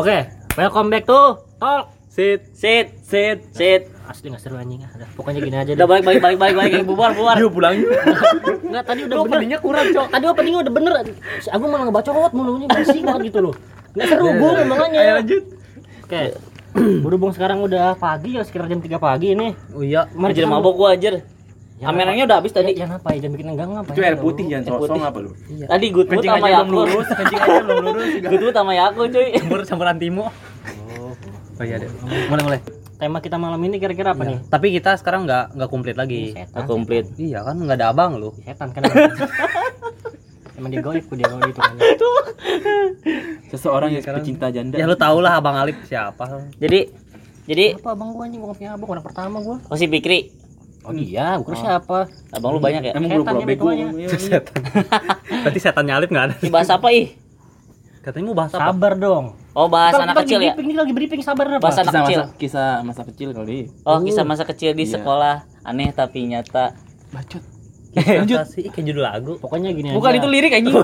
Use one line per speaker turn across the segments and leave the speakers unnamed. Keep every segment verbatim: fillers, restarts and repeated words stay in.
Oke, welcome back to Talk.
Sit,
Sit,
sit,
sit.
Asli enggak seru anjing. Udah, pokoknya gini aja
Udah
deh.
balik balik balik balik balik bubar bubar.
yuk pulang yuk.
Enggak, tadi udah
Lu
bener.
openingnya kurang, Cok.
Tadi openingnya udah bener. Si Agung malah ngebacot mulunya bersih banget gitu loh. Enggak seru Bung omongannya.
Ayo lanjut.
Oke. Berhubung sekarang udah pagi ya, sekitar jam tiga pagi ini.
Oh iya,
Mari
Anjir
kita-
mabok gua anjir.
Ya,
Kameranya udah habis tadi.
Ya, jangan apa ya, jangan bikin enggang apa.
itu air putih jangan
Air
sosok
putih.
apa lu?
Iya.
Tadi good mood
Kencing
sama
aja belum
Yakult.
lurus, kencing aja belum lurus.
Good mood sama Yakult cuy.
Campur campuran timo. Oh iya deh. Mulai mulai.
Tema kita malam ini kira-kira apa nih?
Tapi kita sekarang nggak nggak komplit lagi.
Nah, komplit.
Iya kan nggak ada abang lu.
Setan kan. Emang dia goib, dia goib itu kan.
Seseorang
Iya,
yang
sekarang-
pecinta janda.
Ya lu tau lah abang Alip siapa.
Jadi jadi
Apa abang gua anjing, gua punya abang, orang pertama gua.
oh si Fikri.
Oh iya, gua kira siapa?
Abang lu banyak ya?
Emang
Setan
lu pura
ya,
bego.
begonya.
Iya, iya.
Setan. Berarti setannya Alip nggak ada.
Ini bahas apa ih?
Katanya mau bahas apa?
Sabar dong.
Oh bahas
Kita-
anak
kita
kecil
lagi
ya?
briefing, Ini lagi briefing, sabar apa?
Bahas anak
Kisah
kecil.
masa, kisah masa kecil kali.
Oh kisah masa kecil di
Iya.
sekolah aneh tapi nyata.
Bacot.
Lanjut sih kayak judul lagu.
Pokoknya gini
Bukan
aja.
itu lirik anjing.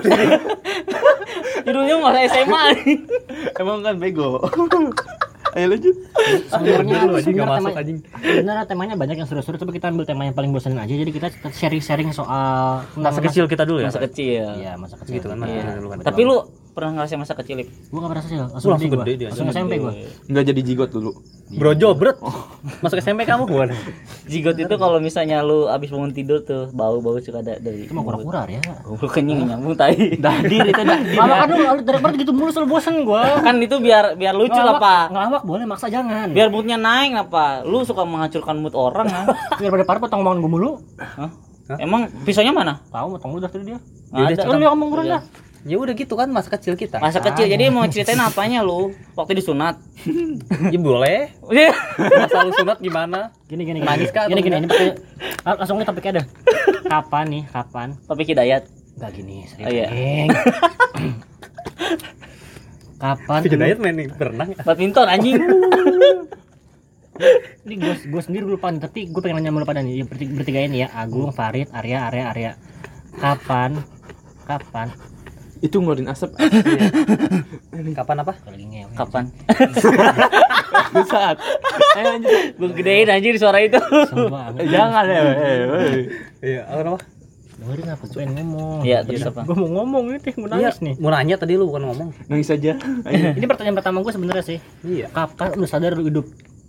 Judulnya masa S M A.
Emang kan bego. Ayo lanjut.
Sebenarnya
Lu aja nggak
sebenarnya
masuk
tema-
anjing.
sebenarnya temanya banyak yang seru-seru, tapi kita ambil tema yang paling bosanin aja. Jadi kita sharing-sharing soal
Masa kecil kita dulu ya.
Masa kecil.
Iya, masa kecil.
Gitu kan, masa
Iya.
kecil dulu kan.
Tapi lu pernah ngerasain masa kecil, Lip?
Gua enggak merasa sih, langsung,
Langsung
gede,
gede
gua.
dia,
Langsung S M P gua.
Enggak jadi jigot dulu.
Brojo, bret. Masuk S M P kamu? Waduh.
Zigot itu kalau misalnya lu abis bangun tidur tuh bau-bau suka ada dari
Itu mah kura-kura ya.
Bau kenyang nyambung tai.
Dahdir itu dahdir.
Lama kan lu lu daripada gitu mulu selalu bosan gua.
Kan itu biar biar lucu lah,
Ngelawak-
Pak.
Ngelawak boleh, maksa jangan.
Biar moodnya naik apa? Lu suka menghancurkan mood orang kan?
Biar pada parah potong omongan gua mulu.
Hah?
Hah?
Emang pisaunya mana?
Tahu potong lu dah tadi dia.
Nggak ada.
Lu yang ngomong kurang dah.
Ya udah gitu kan masa kecil kita.
Masa kecil. Jadi mau ceritain apanya lu? Waktu disunat.
Ya boleh. Masa lu sunat gimana?
Gini gini gini.
Nangis kah
Gini
atau
gini, ini pakai ah, langsung nih topiknya dah. Kapan nih? Kapan?
Topik hidayat.
Enggak gini, serius.
Oh, iya.
Geng. Kapan?
Tapi
dulu-
diet main berenang.
Badminton anjing.
Ini gue gue sendiri lupa nih, tapi gue pengen nanya sama lu pada nih, bertiga, bertiga ini ya, Agung, Farid, Arya, Arya, Arya. Kapan? Kapan?
Itu ngeluarin asap.
Kapan apa?
Kalau lagi ngewe.
Kapan?
Saat. Ayo lanjut.
Gue gedein anjir suara itu.
Sumpah,
Eh, jangan ya. Eh, eh.
Iya, apa?
dengerin apa gue pengen ngomong.
Iya, terus apa?
Gue mau ngomong ini, gue nangis nih.
Mau nanya tadi lu bukan ngomong.
Nangis aja.
Ini pertanyaan pertama gue sebenarnya sih.
Iya.
Kapan lu sadar lu hidup?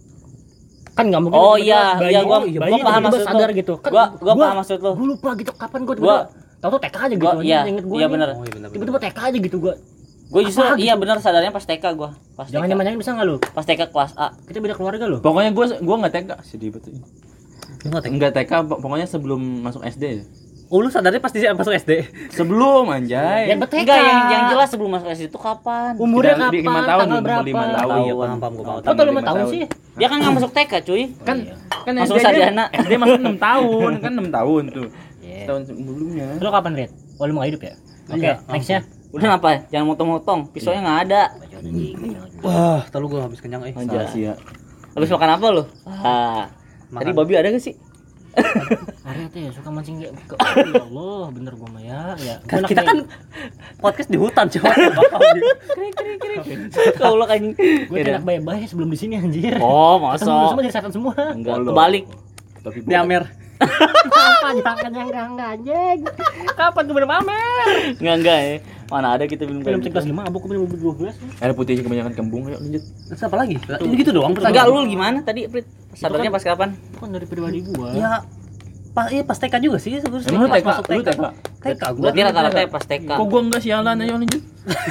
Kan nggak mungkin.
Oh
tiba-tiba
iya,
bayi-
iya gua
bayi
gua paham
tiba-tiba
maksud lu.
sadar gitu. Kan
Gua gua paham maksud lu.
Gue lupa gitu kapan gue
Gua
tahu tuh T K aja gitu.
gua
anjing,
iya,
inget gua
iya
nih.
benar.
Oh iya benar.
Tiba-tiba T K aja gitu gue.
Gue justru
Apa
iya benar sadarnya pas T K gua. Pas
Jangan
T K.
nyaman bisa nggak lu?
Pas T K kelas A.
Kita beda keluarga lu.
Pokoknya gua gua enggak T K, sedih betul.
Enggak tek.
Enggak T K, pokoknya sebelum masuk S D.
Oh lu sadarnya pasti masuk S D.
Sebelum anjay.
Ya betul.
Enggak, yang yang jelas sebelum masuk S D itu kapan?
Umurnya
Kita di
kapan?
lima tahun,
Tanggal
umur
berapa?
lima tahun.
Oh iya paham paham gua paham.
Kok tuh lima tahun sih?
Dia kan nggak masuk T K, cuy.
Kan kan
Masuk
S D aja-
sarjana.
S D masuk enam tahun, kan enam tahun tuh.
Iya.
Tahun sebelumnya.
Lu kapan, Rit? Oh, lu mau hidup ya? Oke,
Iya.
nextnya.
Udah apa? Jangan motong-motong. Pisaunya nggak ada.
Wah, tadi gua habis kenyang eh.
Anjay.
Sia.
Habis makan apa lu? Ah. Tadi
Makan.
babi ada gak sih?
Arya tuh ya suka mancing ya. Ke- Ya Allah, bener gua mah ya. Ya.
Kan
Gua
kita
nak-
kan podcast di hutan coba.
Krik krik krik. Kau anjing.
Gua tidak baik-baik sebelum di sini anjir.
Oh,
Kita semua
masa?
jadi setan semua.
Enggak,
Allah.
kebalik.
Tapi
Di Amer.
Apa jangan yang enggak enggak anjing. Kapan gue minum Amer?
Enggak enggak ya. Mana ada kita minum
Minum
kayak
tiga belas
gitu.
lima, abuk minum dua belas.
air putihnya kebanyakan kembung. Ayo lanjut.
Terus apa lagi? Ini gitu doang.
Enggak, lu gimana tadi, Prit? Sadarnya pas kapan?
Itu kan dari pribadi gua.
Ya pas iya pas T K juga sih sebenarnya.
Emang lu
Pas
T K?
masuk
Lu T K?
T K gua.
Berarti rata-rata pas T K.
Kok gua enggak sialan, ayo lanjut.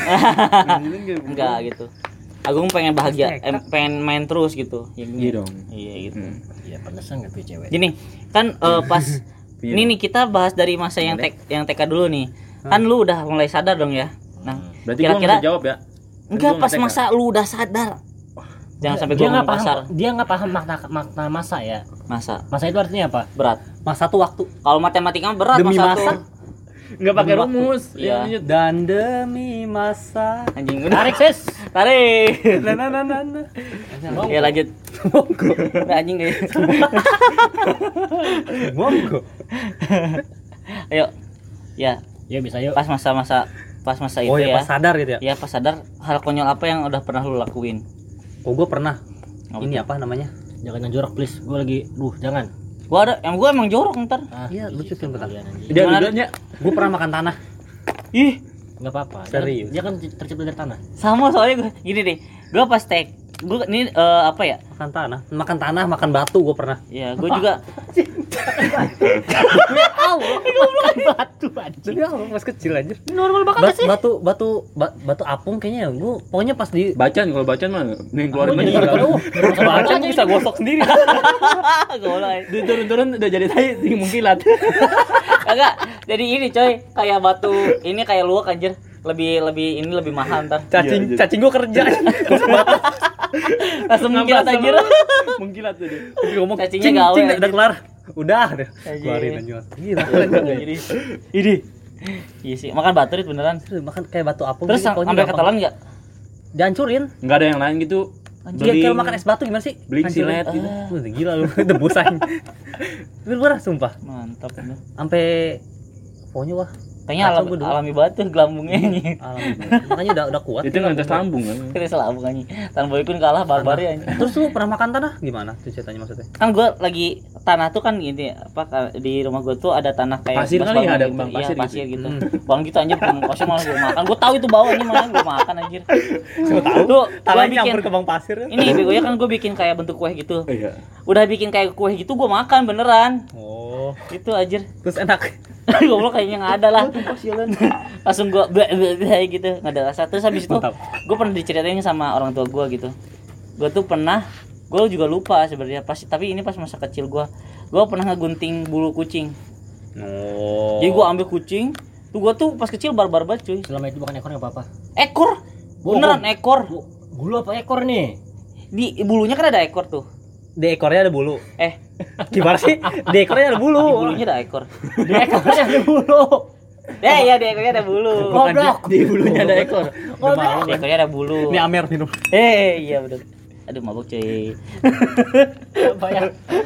Enggak gitu. Agung pengen bahagia,
Pas T K.
em, pengen main terus gitu. Ya,
Iya dong.
Iya gitu.
Hmm.
Iya, pantesan enggak punya cewek.
Gini, kan eh, pas
Iya.
ini nih kita bahas dari masa yang T yang T K dulu nih. Kan lu udah mulai sadar dong ya. Nah,
Berarti gua
kira-kira
enggak jawab ya.
enggak
Gua
pas
nggak T K.
masa lu udah sadar. Jangan sampai
dia
gua
nggak
ngomong
paham,
kasar.
dia nggak paham makna makna masa ya.
Masa
Masa itu artinya apa?
berat.
Mas satu waktu
Kalau matematika mah berat
Demi
masa
masa.
tuh.
Enggak pakai
Demi waktu.
rumus.
Iya.
Iya lanjut.
dan demi masa.
Anjing udah.
Tarik, Sis.
Tarik.
Nah nah nah nah. nah.
Ya lanjut. Udah anjing deh.
Monggo.
Ayo. Ya,
Ya bisa yuk.
pas masa-masa pas masa itu
Oh ya
ya.
pas sadar gitu ya.
Ya pas sadar hal konyol apa yang udah pernah lu lakuin?
Oh gue pernah.
Apa
Ini
tuh?
apa namanya?
Jangan yang jorok please. Gue lagi, duh jangan.
Gua ada, yang gua emang jorok ntar.
Ah,
Iya, lucu tuh bentar.
kalian anjing.
Dia
Gimana?
dulunya. Gue pernah makan tanah.
Ih,
Nggak apa-apa. Dia kan-
Serius?
Dia kan tercipta dari tanah.
sama soalnya gua gini deh. Gua pas tek, gua ini eh, apa ya?
Makan tanah, makan tanah, makan batu gue pernah.
Ya, gua juga
Batu anjing.
Jadi aku pas kecil aja.
Normal banget
Ba-
sih.
batu batu ba- batu apung kayaknya ya. Gue pokoknya pas di
Bacan, kalau bacan mah nih keluarin
Oh,
aja.
jadi
Kalau
gitu.
bacan bisa gosok sendiri.
golai.
turun-turun udah jadi tai tinggi mungkilat.
Kagak. Jadi ini coy, kayak batu, ini kayak luak anjir. Lebih lebih ini lebih mahal ntar.
Cacing
Iya, iya.
cacing gue kerja.
Langsung mungkilat anjir.
Mungkilat aja.
Tapi ngomong
Cacingnya
cing
gawe,
cing
anjir.
udah kelar. Udah deh.
Anjir.
Keluarin aja. Gila.
Jadi ini. Iya sih, makan batu Rit, beneran.
Terus makan kayak batu apung.
Terus
gitu, pokoknya
sampai
gampang.
ketelan enggak?
Dihancurin.
Enggak ada yang lain gitu.
Dia kalau makan es batu gimana sih?
Beli
Hancurin.
silet gitu.
Ah. Udah gila lu. Debus aja. Bener-bener sumpah.
Mantap bener.
Sampai pokoknya wah.
Kayaknya
Kacau
alam,
gua dulu.
alami banget tuh gelambungnya anjing.
Alhamdulillah. Makanya udah udah kuat.
Itu ngantar lambung kan.
Kira selambung anjing. Tan Boy kun kalah barbar ya anjing.
Terus lu pernah makan tanah gimana? Tuh ceritanya maksudnya.
Kan gua lagi tanah tuh kan gini apa ka- di rumah gua tuh ada tanah kayak
Pasir
bekas
kali ya,
bangunan
ada
gitu.
kembang
Iya,
pasir
pasir
gitu.
gitu. Bang gitu anjir kembang pasir malah gua makan. Gua tahu itu bawahnya malah gua makan anjir.
Siapa tahu
Tuh, gua
tanahnya
bikin
nyampur ke bang pasir kan?
ini begonya kan gua bikin kayak bentuk kue gitu.
Iya.
Udah bikin kayak kue gitu gua makan beneran.
Oh,
Gitu anjir.
terus enak.
Goblok kayaknya nggak ada lah. Langsung gua bleh, bleh, bleh, gitu, nggak ada rasa. Terus habis itu
Mantap.
gua pernah diceritain sama orang tua gua gitu. Gua tuh pernah, gua juga lupa sebenarnya pas, tapi ini pas masa kecil gua. Gua pernah ngegunting bulu kucing.
Oh.
Jadi gua ambil kucing, tuh gua tuh pas kecil barbar banget cuy.
Selama itu bukan ekor nggak apa-apa.
Ekor. Beneran ekor.
Bu- Bulu apa ekor nih?
Di bulunya kan ada ekor tuh.
Di ekornya ada bulu.
Eh,
Gimana sih? Di ekornya ada
di
bulu.
bulunya ada ekor.
Di ekornya ada bulu.
Ya, iya di ekornya ada bulu.
Goblok.
Di bulunya ada ekor.
Di ekornya ada bulu.
Ini Amer minum.
Eh, iya bener. Aduh mabuk cuy.
Apa ya?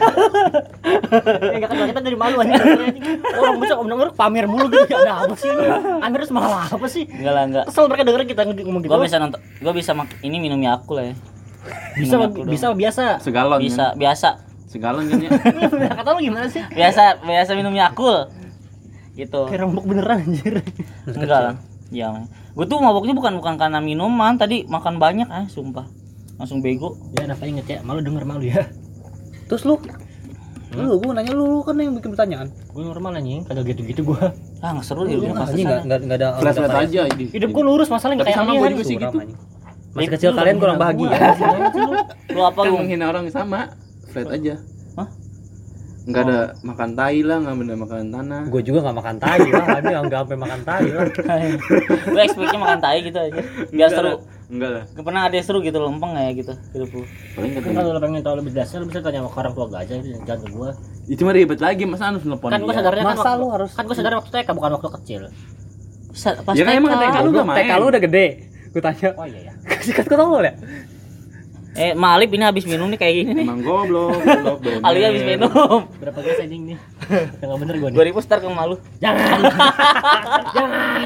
Enggak kan kita dari malu aja. Orang bisa ngomong pamer mulu gitu. Gak ada apa sih ini? Amer terus malah apa sih?
Enggak lah enggak.
Kesel mereka denger kita ngomong gitu.
Gua bisa nonton, gua bisa mak- ini minum Yakult ya.
bisa
Minum Yakult
bisa
dong.
biasa.
Segalon.
Bisa
Kan?
biasa.
Segalon kan ya.
Kata lu gimana sih?
Biasa biasa minum Yakult. Gitu.
Kayak rembuk beneran anjir.
Enggak lah. Iya. Gua tuh mabuknya bukan bukan karena minuman, tadi makan banyak ah, sumpah. Langsung bego.
Ya apa inget ya? Malu denger malu ya.
Terus lu? Lu gua nanya lu, lu kan yang bikin pertanyaan.
Gue normal anjing, kagak gitu-gitu gua.
Ah, enggak seru hidupnya pas
Ini enggak
sana.
enggak enggak ada
Flat-flat aja ini.
Hidup gue lurus, masalah enggak
Tapi
kayak
sama
kalian.
gua juga sih gitu.
Masih kecil kalian kurang bahagia.
Lu apa
Kan
lu?
menghina orang sama. Flat aja.
Hah?
Enggak ada makan tai lah, enggak bener makan tanah.
Gue juga enggak makan tai lah, ini enggak sampai makan tai lah.
Gue expect-nya makan tai gitu aja. Biar
Enggak
seru.
lah. Enggak lah.
Gak pernah ada yang seru gitu lempeng kayak gitu hidup lu.
Paling
Kan
ketemu.
kalau lu pengen tahu lebih dasar lu bisa tanya sama orang tua gak aja, jangan ke gua.
Itu mah ribet lagi, masa harus nelpon
Kan gua
dia?
sadarnya kan
Masa
waktu-
lu harus-
kan gua sadar waktu T K bukan waktu kecil.
Sa- Pas
Ya kan emang
T K.
T K lu
Goblok,
main.
T K lu udah gede. Gue tanya.
Oh iya ya.
Kasih kat tolol ya?
Eh, Malip ini habis minum nih kayak gini nih.
Emang goblok, goblok. bener.
Ali habis minum.
Berapa gelas anjing nih? Enggak bener gua
dua
nih.
ribu star ke malu.
Jangan. Jangan.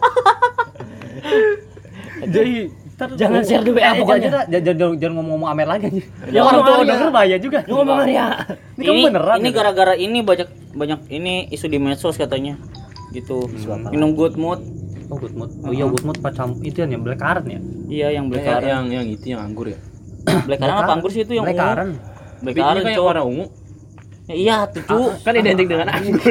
Jadi
Jangan share di W A
Eh,
pokoknya.
jangan, jangan, jangan, jangan ngomong-ngomong Amer lagi anjir.
Ya,
orang tua
ngomong
denger
Arya.
bahaya juga.
Lu ngomong ya.
Ini kamu beneran.
Ini
gitu?
gara-gara ini banyak banyak ini isu di medsos katanya. Gitu. Minum good mood.
Oh, good mood. Oh iya, good mood pacam itu yang black currant ya.
Iya, yang black
Eh,
currant.
yang yang itu yang anggur ya.
Black currant apa anggur sih itu yang
black
ungu?
currant.
Black
Tapi ini
currant
kayak
cowok.
warna ungu.
Ya, iya tuh, cu.
Kan identik dengan anggur.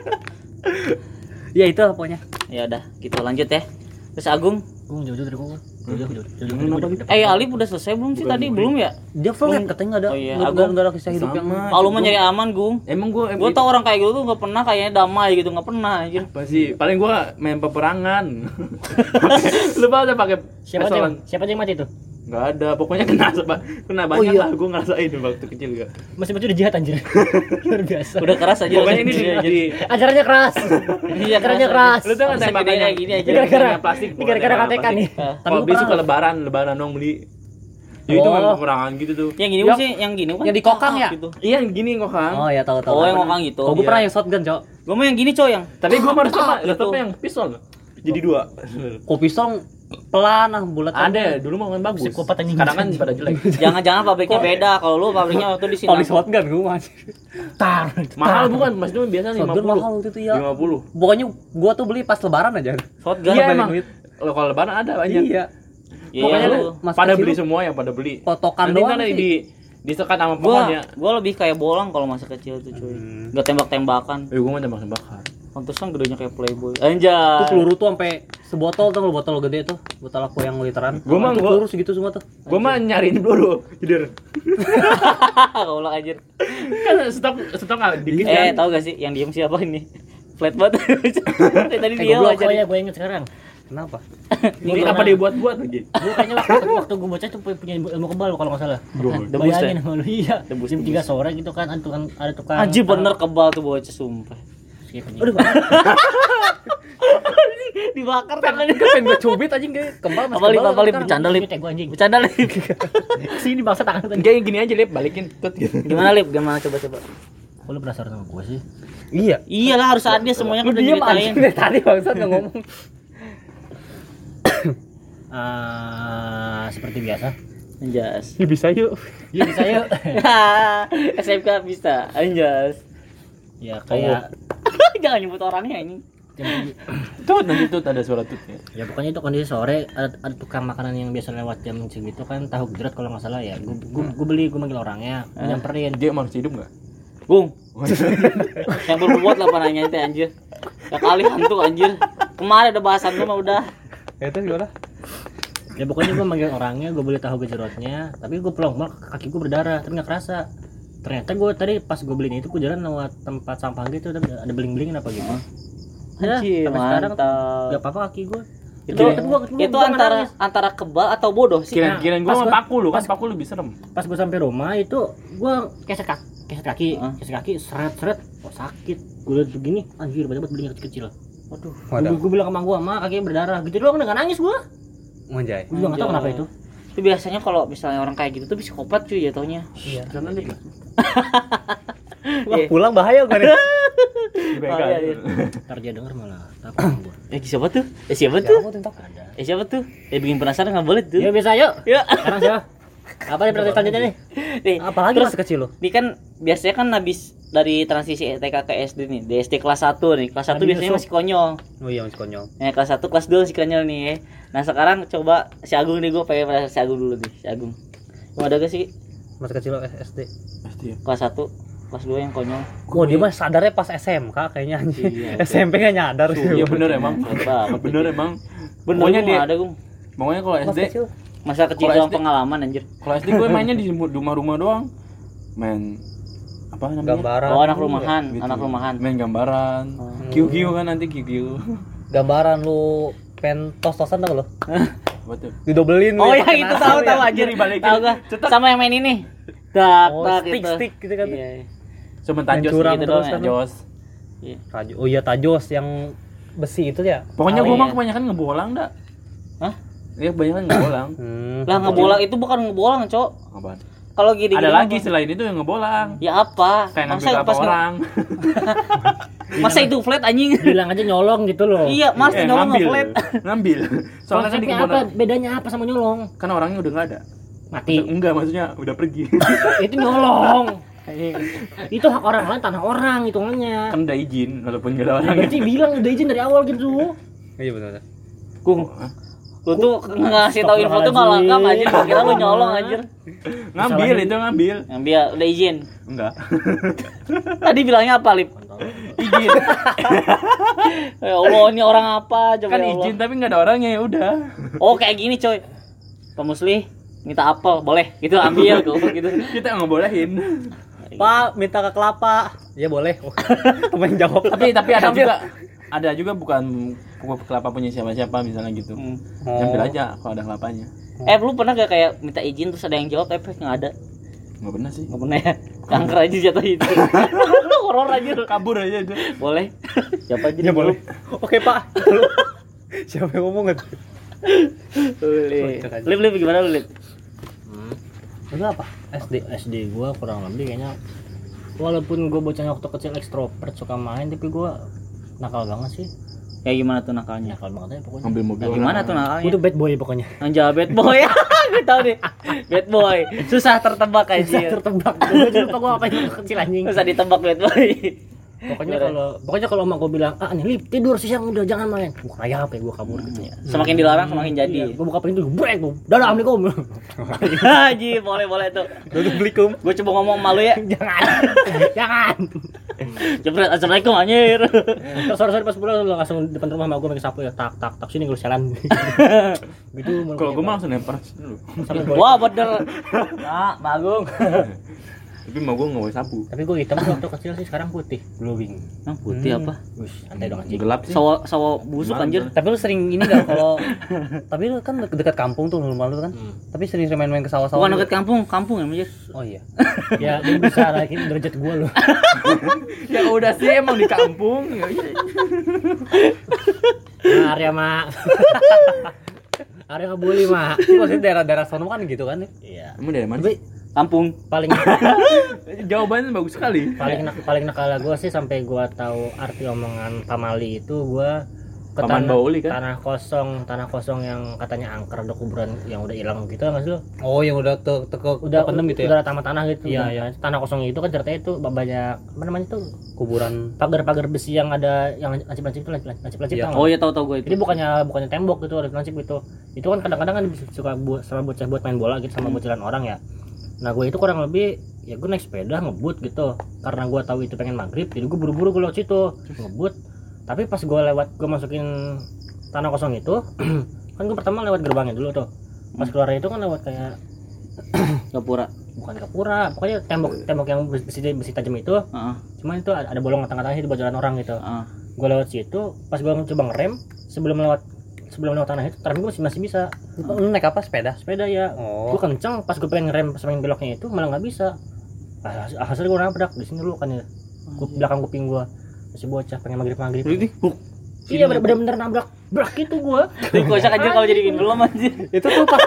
Ya itu lah pokoknya.
Ya udah, kita lanjut ya. Terus Agung,
Gua jauh-jauh dari gua. Jauh-jauh jauh.
Jangan apa gitu.
eh Alif udah selesai belum sih tadi? Belum ya?
Dia flat katanya enggak ada
Oh iya,
enggak
Agung.
enggak ada kisah hidup yang
Sama.
Kalau mau nyari aman, Gung.
Emang gua
Gue tau orang kayak gitu tuh nggak pernah kayaknya damai gitu, nggak pernah anjir.
pasti paling gua main peperangan. Lu pada pakai
Siapa aja?
pesolan.
Siapa aja yang mati tuh?
Enggak ada, pokoknya kena seba, kena banyak
iya.
lah gua ngerasain waktu kecil gak.
Masih baju udah jahat anjir. Luar biasa.
Udah keras aja.
Pokoknya ini di,
rasanya.
di
Ajarannya keras.
Iya,
Ajarannya keras.
lu tuh kan
Bisa
tembakan
gede
yang
gini aja.
Ini gara-gara
yang plastik.
ini gara-gara K T K nih.
Ah.
Tapi
Tapi
gua
beli suka
pernah-
lebaran, lebaran dong beli. Ya itu
Oh.
main peperangan gitu tuh.
Yang gini
Yap.
sih, yang gini kan.
Yang di kokang ya?
Gitu.
Iya yang gini kok Kang.
Oh ya tahu tahu.
Oh, yang ngokang gitu.
Oh, gue
Iya.
pernah yang shotgun, Cok.
Gue mau yang gini, coy, yang.
Tapi gua harus coba,
Gitu.
tetep yang pistol. jadi dua.
Kopi song pelan ah bulat.
Ada dulu mau kan bagus.
Psikopat anjing.
Sekarang kan pada jelek.
Jangan-jangan pabriknya beda. Kalau lu pabriknya waktu di sini.
Paling shotgun gua masih.
Tar.
Mahal bukan? Mas itu biasa lima
Shotgun
puluh.
mahal waktu itu ya.
lima puluh.
Pokoknya gua tuh beli pas lebaran aja.
Shotgun.
Iya
balik
emang.
duit.
Lo kalau lebaran ada banyak.
Iya.
Iya,
Pokoknya
lu.
lu
Mas
pada
kecil
beli
lu
semua ya pada beli.
Potokan
Nanti
doang
kan
sih.
di disekat sama
Gua
pohonnya.
gua lebih kayak bolang kalau masa kecil tuh cuy.
Hmm.
Enggak tembak-tembakan.
Eh gua mah tembak bakar.
Pantesan gedenya kayak Playboy.
Tuh
Anjay.
peluru tuh sampai sebotol tuh, botol gede tuh, botol aku yang literan.
Gua mah
Itu
gua-
peluru segitu semua tuh.
Gua mah nyariin dulu, jeder.
Goblok anjir.
Kan stok stok enggak dikit
Eh,
kan.
tahu gak sih yang diem siapa ini? Flat banget. Dari tadi
Eh,
dia
goblok,
aja.
oh ya gue inget sekarang.
Kenapa?
Ini apa dia buat-buat lagi?
Gue kayaknya waktu, waktu gue bocah tuh punya ilmu kebal kalau nggak salah.
Debus
Bayangin
deh.
sama lu, iya.
Debus,
Jam
debus.
tiga sore gitu kan, ada tukang ada tukang.
Anjir bener kebal tuh bocah sumpah.
Skip aja.
Aduh,
Dibakar tangannya.
pengen gua cubit anjing kayak kembal mas.
Apa lip, apa lip,
kan.
bercanda lip.
Skip ya, gua anjing.
Bercanda lip.
Sini bangsa tangan tadi.
Kayak gini aja, Lip, balikin tut gitu.
Gimana lip? Gimana coba-coba?
Kok lu penasaran sama gue sih?
Iya.
Iyalah harus ada semuanya kan
Lu
udah
diem
diceritain.
anjing dari tadi bangsat enggak ngomong.
Ah, seperti biasa.
Anjas.
Ya bisa yuk.
Ya bisa yuk.
S M K bisa. Anjas.
Ya kayak
Jangan nyebut orangnya ini.
jam-
Tut nanti tut ada suara tutnya.
ya pokoknya itu kondisi sore ada, ada tukang makanan yang biasa lewat jam segitu kan, tahu gejrot kalau nggak salah ya. Gue gue beli, gue manggil orangnya, gua nyamperin.
Dia manusia hidup enggak?
Gung. Yang berbobot lah pananya itu anjir. Ya kali hantu anjir. Kemarin udah bahasan lu mah udah.
Ya itu gimana?
Ya pokoknya gue manggil orangnya, gue beli tahu gejrotnya, tapi gue pulang pulang kaki gue berdarah, tapi nggak kerasa. Ternyata gue tadi pas gue belinya itu gue jalan lewat tempat sampah gitu, tapi ada beling-belingin apa gitu. Ya,
Anjir,
sampai sekarang
mantap.
gak apa-apa kaki gue.
Itu itu antara antara kebal atau bodoh sih.
Kirain kirain gua
pas
sama
gua-
paku lu, kan
pas-
paku lu bisa serem.
Pas gue sampai rumah itu gue keset kaki, keset kaki,
Hah?
keset kaki, seret seret, kok sakit. Gue liat begini, anjir banyak banget belingnya kecil-kecil.
Waduh.
Waduh.
Gue bilang sama gue, ma kakinya berdarah. Gitu doang nggak nangis gue.
Monjay.
Gue juga nggak tahu kenapa itu.
Itu biasanya kalau misalnya orang kayak gitu tuh psikopat cuy jatuhnya.
Iya.
Sana Lip.
Wah, pulang bahaya gua nih.
Dipegang.
Oh, iya, iya.
Ntar dia denger malah takut sama gue.
Eh siapa tuh? Eh siapa tuh?
Ada.
Eh siapa tuh? Eh bikin penasaran nggak boleh tuh.
Ya bisa yuk.
Ya.
Sekarang siapa? Apa nih pertanyaan selanjutnya nih?
Nih,
Apalagi
terus
masa kecil lu?
ini kan biasanya kan habis dari transisi T K ke S D nih, di S D kelas satu nih. Kelas satu
Nabi
biasanya
Yusuf.
masih konyol.
Oh iya masih konyol.
Ya kelas satu, kelas dua masih konyol nih ya. Nah, sekarang coba si Agung nih, gue pengen pada si Agung dulu nih, si Agung. Lu ada gak sih
Masa kecil lu S D.
Pasti ya.
kelas satu, kelas dua yang konyol?
Oh dia mah sadarnya pas S M K kayaknya anjing.
Iya,
S M P nggak nyadar.
Iya bener emang.
Coba,
Bener emang.
Bener
Pokoknya
gua
dia
nggak ada, Gung.
pokoknya kalau S
Masa
D
kecil.
Masa kecil
Kalau
doang
S D
pengalaman anjir.
kalau S D gue mainnya di rumah-rumah doang. Main apa namanya?
Gambaran.
Oh, anak rumahan,
Gitu.
anak rumahan.
Main gambaran. Q Q kan nanti Q Q.
Gambaran lu pen tos-tosan tau lu?
Apa tuh?
Didobelin lu.
Oh
ya,
ya
pakai
itu
nasi
tahu
lu
tahu
ya.
anjir.
Dibalikin.
Tahu gua.
Cetak.
Sama yang main ini. Tak
Oh,
tak
stick
gitu.
stick gitu kan.
Iya.
Cuma
Main
tajos
curang
gitu
terus
doang
kan.
ya. Tajos.
Iya.
Tajo. Oh iya tajos yang besi itu ya.
Pokoknya
Oh,
gua
iya.
mah kebanyakan ngebolang dah.
Hah?
Iya kebanyakan ngebolang.
Hmm.
Lah ngebolang itu bukan ngebolang, Cok.
Apaan?
Kalau gini
Ada lagi selain itu yang ngebolang.
Ya apa?
Kayak ngambil
Masa
kelapa
pas nge-
orang.
Masa itu flat anjing?
Bilang aja nyolong gitu loh.
Iya, Mas
Eh,
nyolong
ngambil.
nge-flat.
Ngambil. Soalnya kan di
Konsepnya
kebun.
apa? Bedanya apa sama nyolong?
Kan orangnya udah nggak ada.
Mati.
Enggak, maksudnya udah pergi.
Itu nyolong. Itu hak orang lain, tanah orang hitungannya.
Kan udah izin walaupun nggak ada
Ya,
orangnya.
berarti bilang udah izin dari awal gitu.
Iya benar.
Gung. Lu tuh ngasih tahu info tuh nggak lengkap anjir. Gua kira lu nyolong anjir.
Ngambil itu ngambil.
Yang biar udah izin.
Enggak.
Tadi bilangnya apa, Lip?
Izin.
Ya Allah, ini orang apa? Coba
Kan
ya Allah.
izin tapi nggak ada orangnya ya udah.
Oh, kayak gini, coy. Pak Musli minta apel, boleh. Gitu ambil gua gitu.
Kita nggak bolehin.
Pak minta ke kelapa. Iya boleh. Temen jawab.
Tapi tapi ada
Ambil.
juga ada juga bukan buku kelapa punya siapa-siapa misalnya gitu.
Hmm.
Ambil aja kalau ada kelapanya.
Eh, lu pernah gak kayak minta izin terus ada yang jawab tapi nggak ada?
Nggak pernah sih.
Nggak pernah ya? Kanker aja jatuh itu. Horor aja.
Kabur aja itu.
Boleh. Siapa aja
Iya
nih,
boleh. Oke Pak. Siapa yang ngomong nggak?
Boleh.
Kocak aja.
Lip, Lip gimana lu, Lip?
Hmm.
Itu apa? S D.
S D gua kurang lebih kayaknya, walaupun gua bocahnya waktu kecil ekstrovert suka main, tapi gua nakal banget sih.
Ya gimana tuh
Ya
nakalnya?
kalau banget aja pokoknya.
Ambil mobil.
Ya, gimana
orang.
tuh
Gue
nakalnya?
tuh bad boy pokoknya.
Anjay bad boy. Gue tahu nih. Bad boy. Susah tertebak
Bisa
aja.
tertebak. Gue juga lupa gue apa yang kecil anjing.
Susah ditebak bad boy.
Pokoknya kalau pokoknya kalau emak gue bilang, "Ah, nih Lip, tidur siang udah jangan main." Gue kayak apa ya gue kabur gitu ya.
Semakin dilarang semakin jadi.
Gue buka pintu, brek gue. Dadah, Assalamualaikum.
Haji, boleh boleh tuh. Assalamualaikum. Gue coba ngomong malu ya.
Jangan. Jangan.
Jepret assalamualaikum anjir.
Terus sore-sore pas pulang lu langsung depan rumah emak gue pakai sapu ya, tak tak tak sini gue jalan. Gitu.
Kalau gue mah langsung lempar dulu.
Wah, bener. Nah, Bagung.
Tapi mau gue nggak mau sapu.
Tapi gue hitam waktu kecil sih, sekarang putih, glowing.
Yang putih
Hmm.
apa?
Wih, santai dong anjing.
Gelap sih.
Sawo sawo busuk
Malam
anjir.
tuh.
Tapi lu sering ini enggak kalau tapi lu kan de- dekat kampung tuh rumah lu kan.
Hmm.
Tapi sering main-main ke sawah-sawah.
Bukan
lu.
dekat kampung, kampung ya anjir.
Oh iya.
Ya, dia bisa naikin derajat gue loh.
Ya udah sih emang di kampung. Ya,
Nah, Arya mak. Arya nggak boleh mak.
Maksudnya daerah-daerah sono kan gitu kan ya.
Iya.
Emang dari mana?
Tapi
Kampung.
paling
Jawabannya bagus sekali.
paling nak, paling nakal gue sih sampai gue tahu arti omongan pamali itu gue ke
Paman
tanah,
Bauli kan?
tanah kosong tanah kosong yang katanya angker ada kuburan yang udah hilang gitu nggak sih lo?
Oh, yang udah te te
Udah
pendem gitu ya.
udah tanah tanah gitu.
Iya,
Nah,
iya.
tanah kosong itu kan ceritanya itu banyak apa namanya tuh
Kuburan.
pagar-pagar besi yang ada yang lancip-lancip itu lancip-lancip
Iya.
tau nggak?
Oh iya tahu tahu gue itu.
Jadi bukannya bukannya tembok gitu ada lancip itu. Itu kan kadang-kadang kan suka buat sama bocah buat main bola gitu sama bocilan orang ya. Nah gue itu kurang lebih ya gue naik sepeda ngebut gitu karena gue tahu itu pengen maghrib jadi gue buru-buru gue lewat situ ngebut. Tapi pas gue lewat gue masukin tanah kosong itu kan gue pertama lewat gerbangnya dulu tuh. Pas keluar itu kan lewat kayak
Gapura.
bukan kapura pokoknya tembok tembok yang besi besi tajam itu.
Heeh.
Cuman itu ada, ada bolong tengah-tengahnya itu buat jalan orang gitu.
Heeh.
Gue lewat situ pas gue coba ngerem sebelum lewat sebelum lewat tanah itu rem gue masih masih bisa
Lu naik apa sepeda?
sepeda ya.
Oh.
Gue kenceng pas gue pengen ngerem pas pengen beloknya itu malah nggak bisa. Hasil, hasil gue nabrak di sini dulu kan ya. Gue belakang kuping gue masih bocah pengen maghrib maghrib.
Ini buk.
Iya bener-bener nabrak brak gitu gue.
Ini kocak anjir kalau jadi gini belum anjir.
Itu tuh pas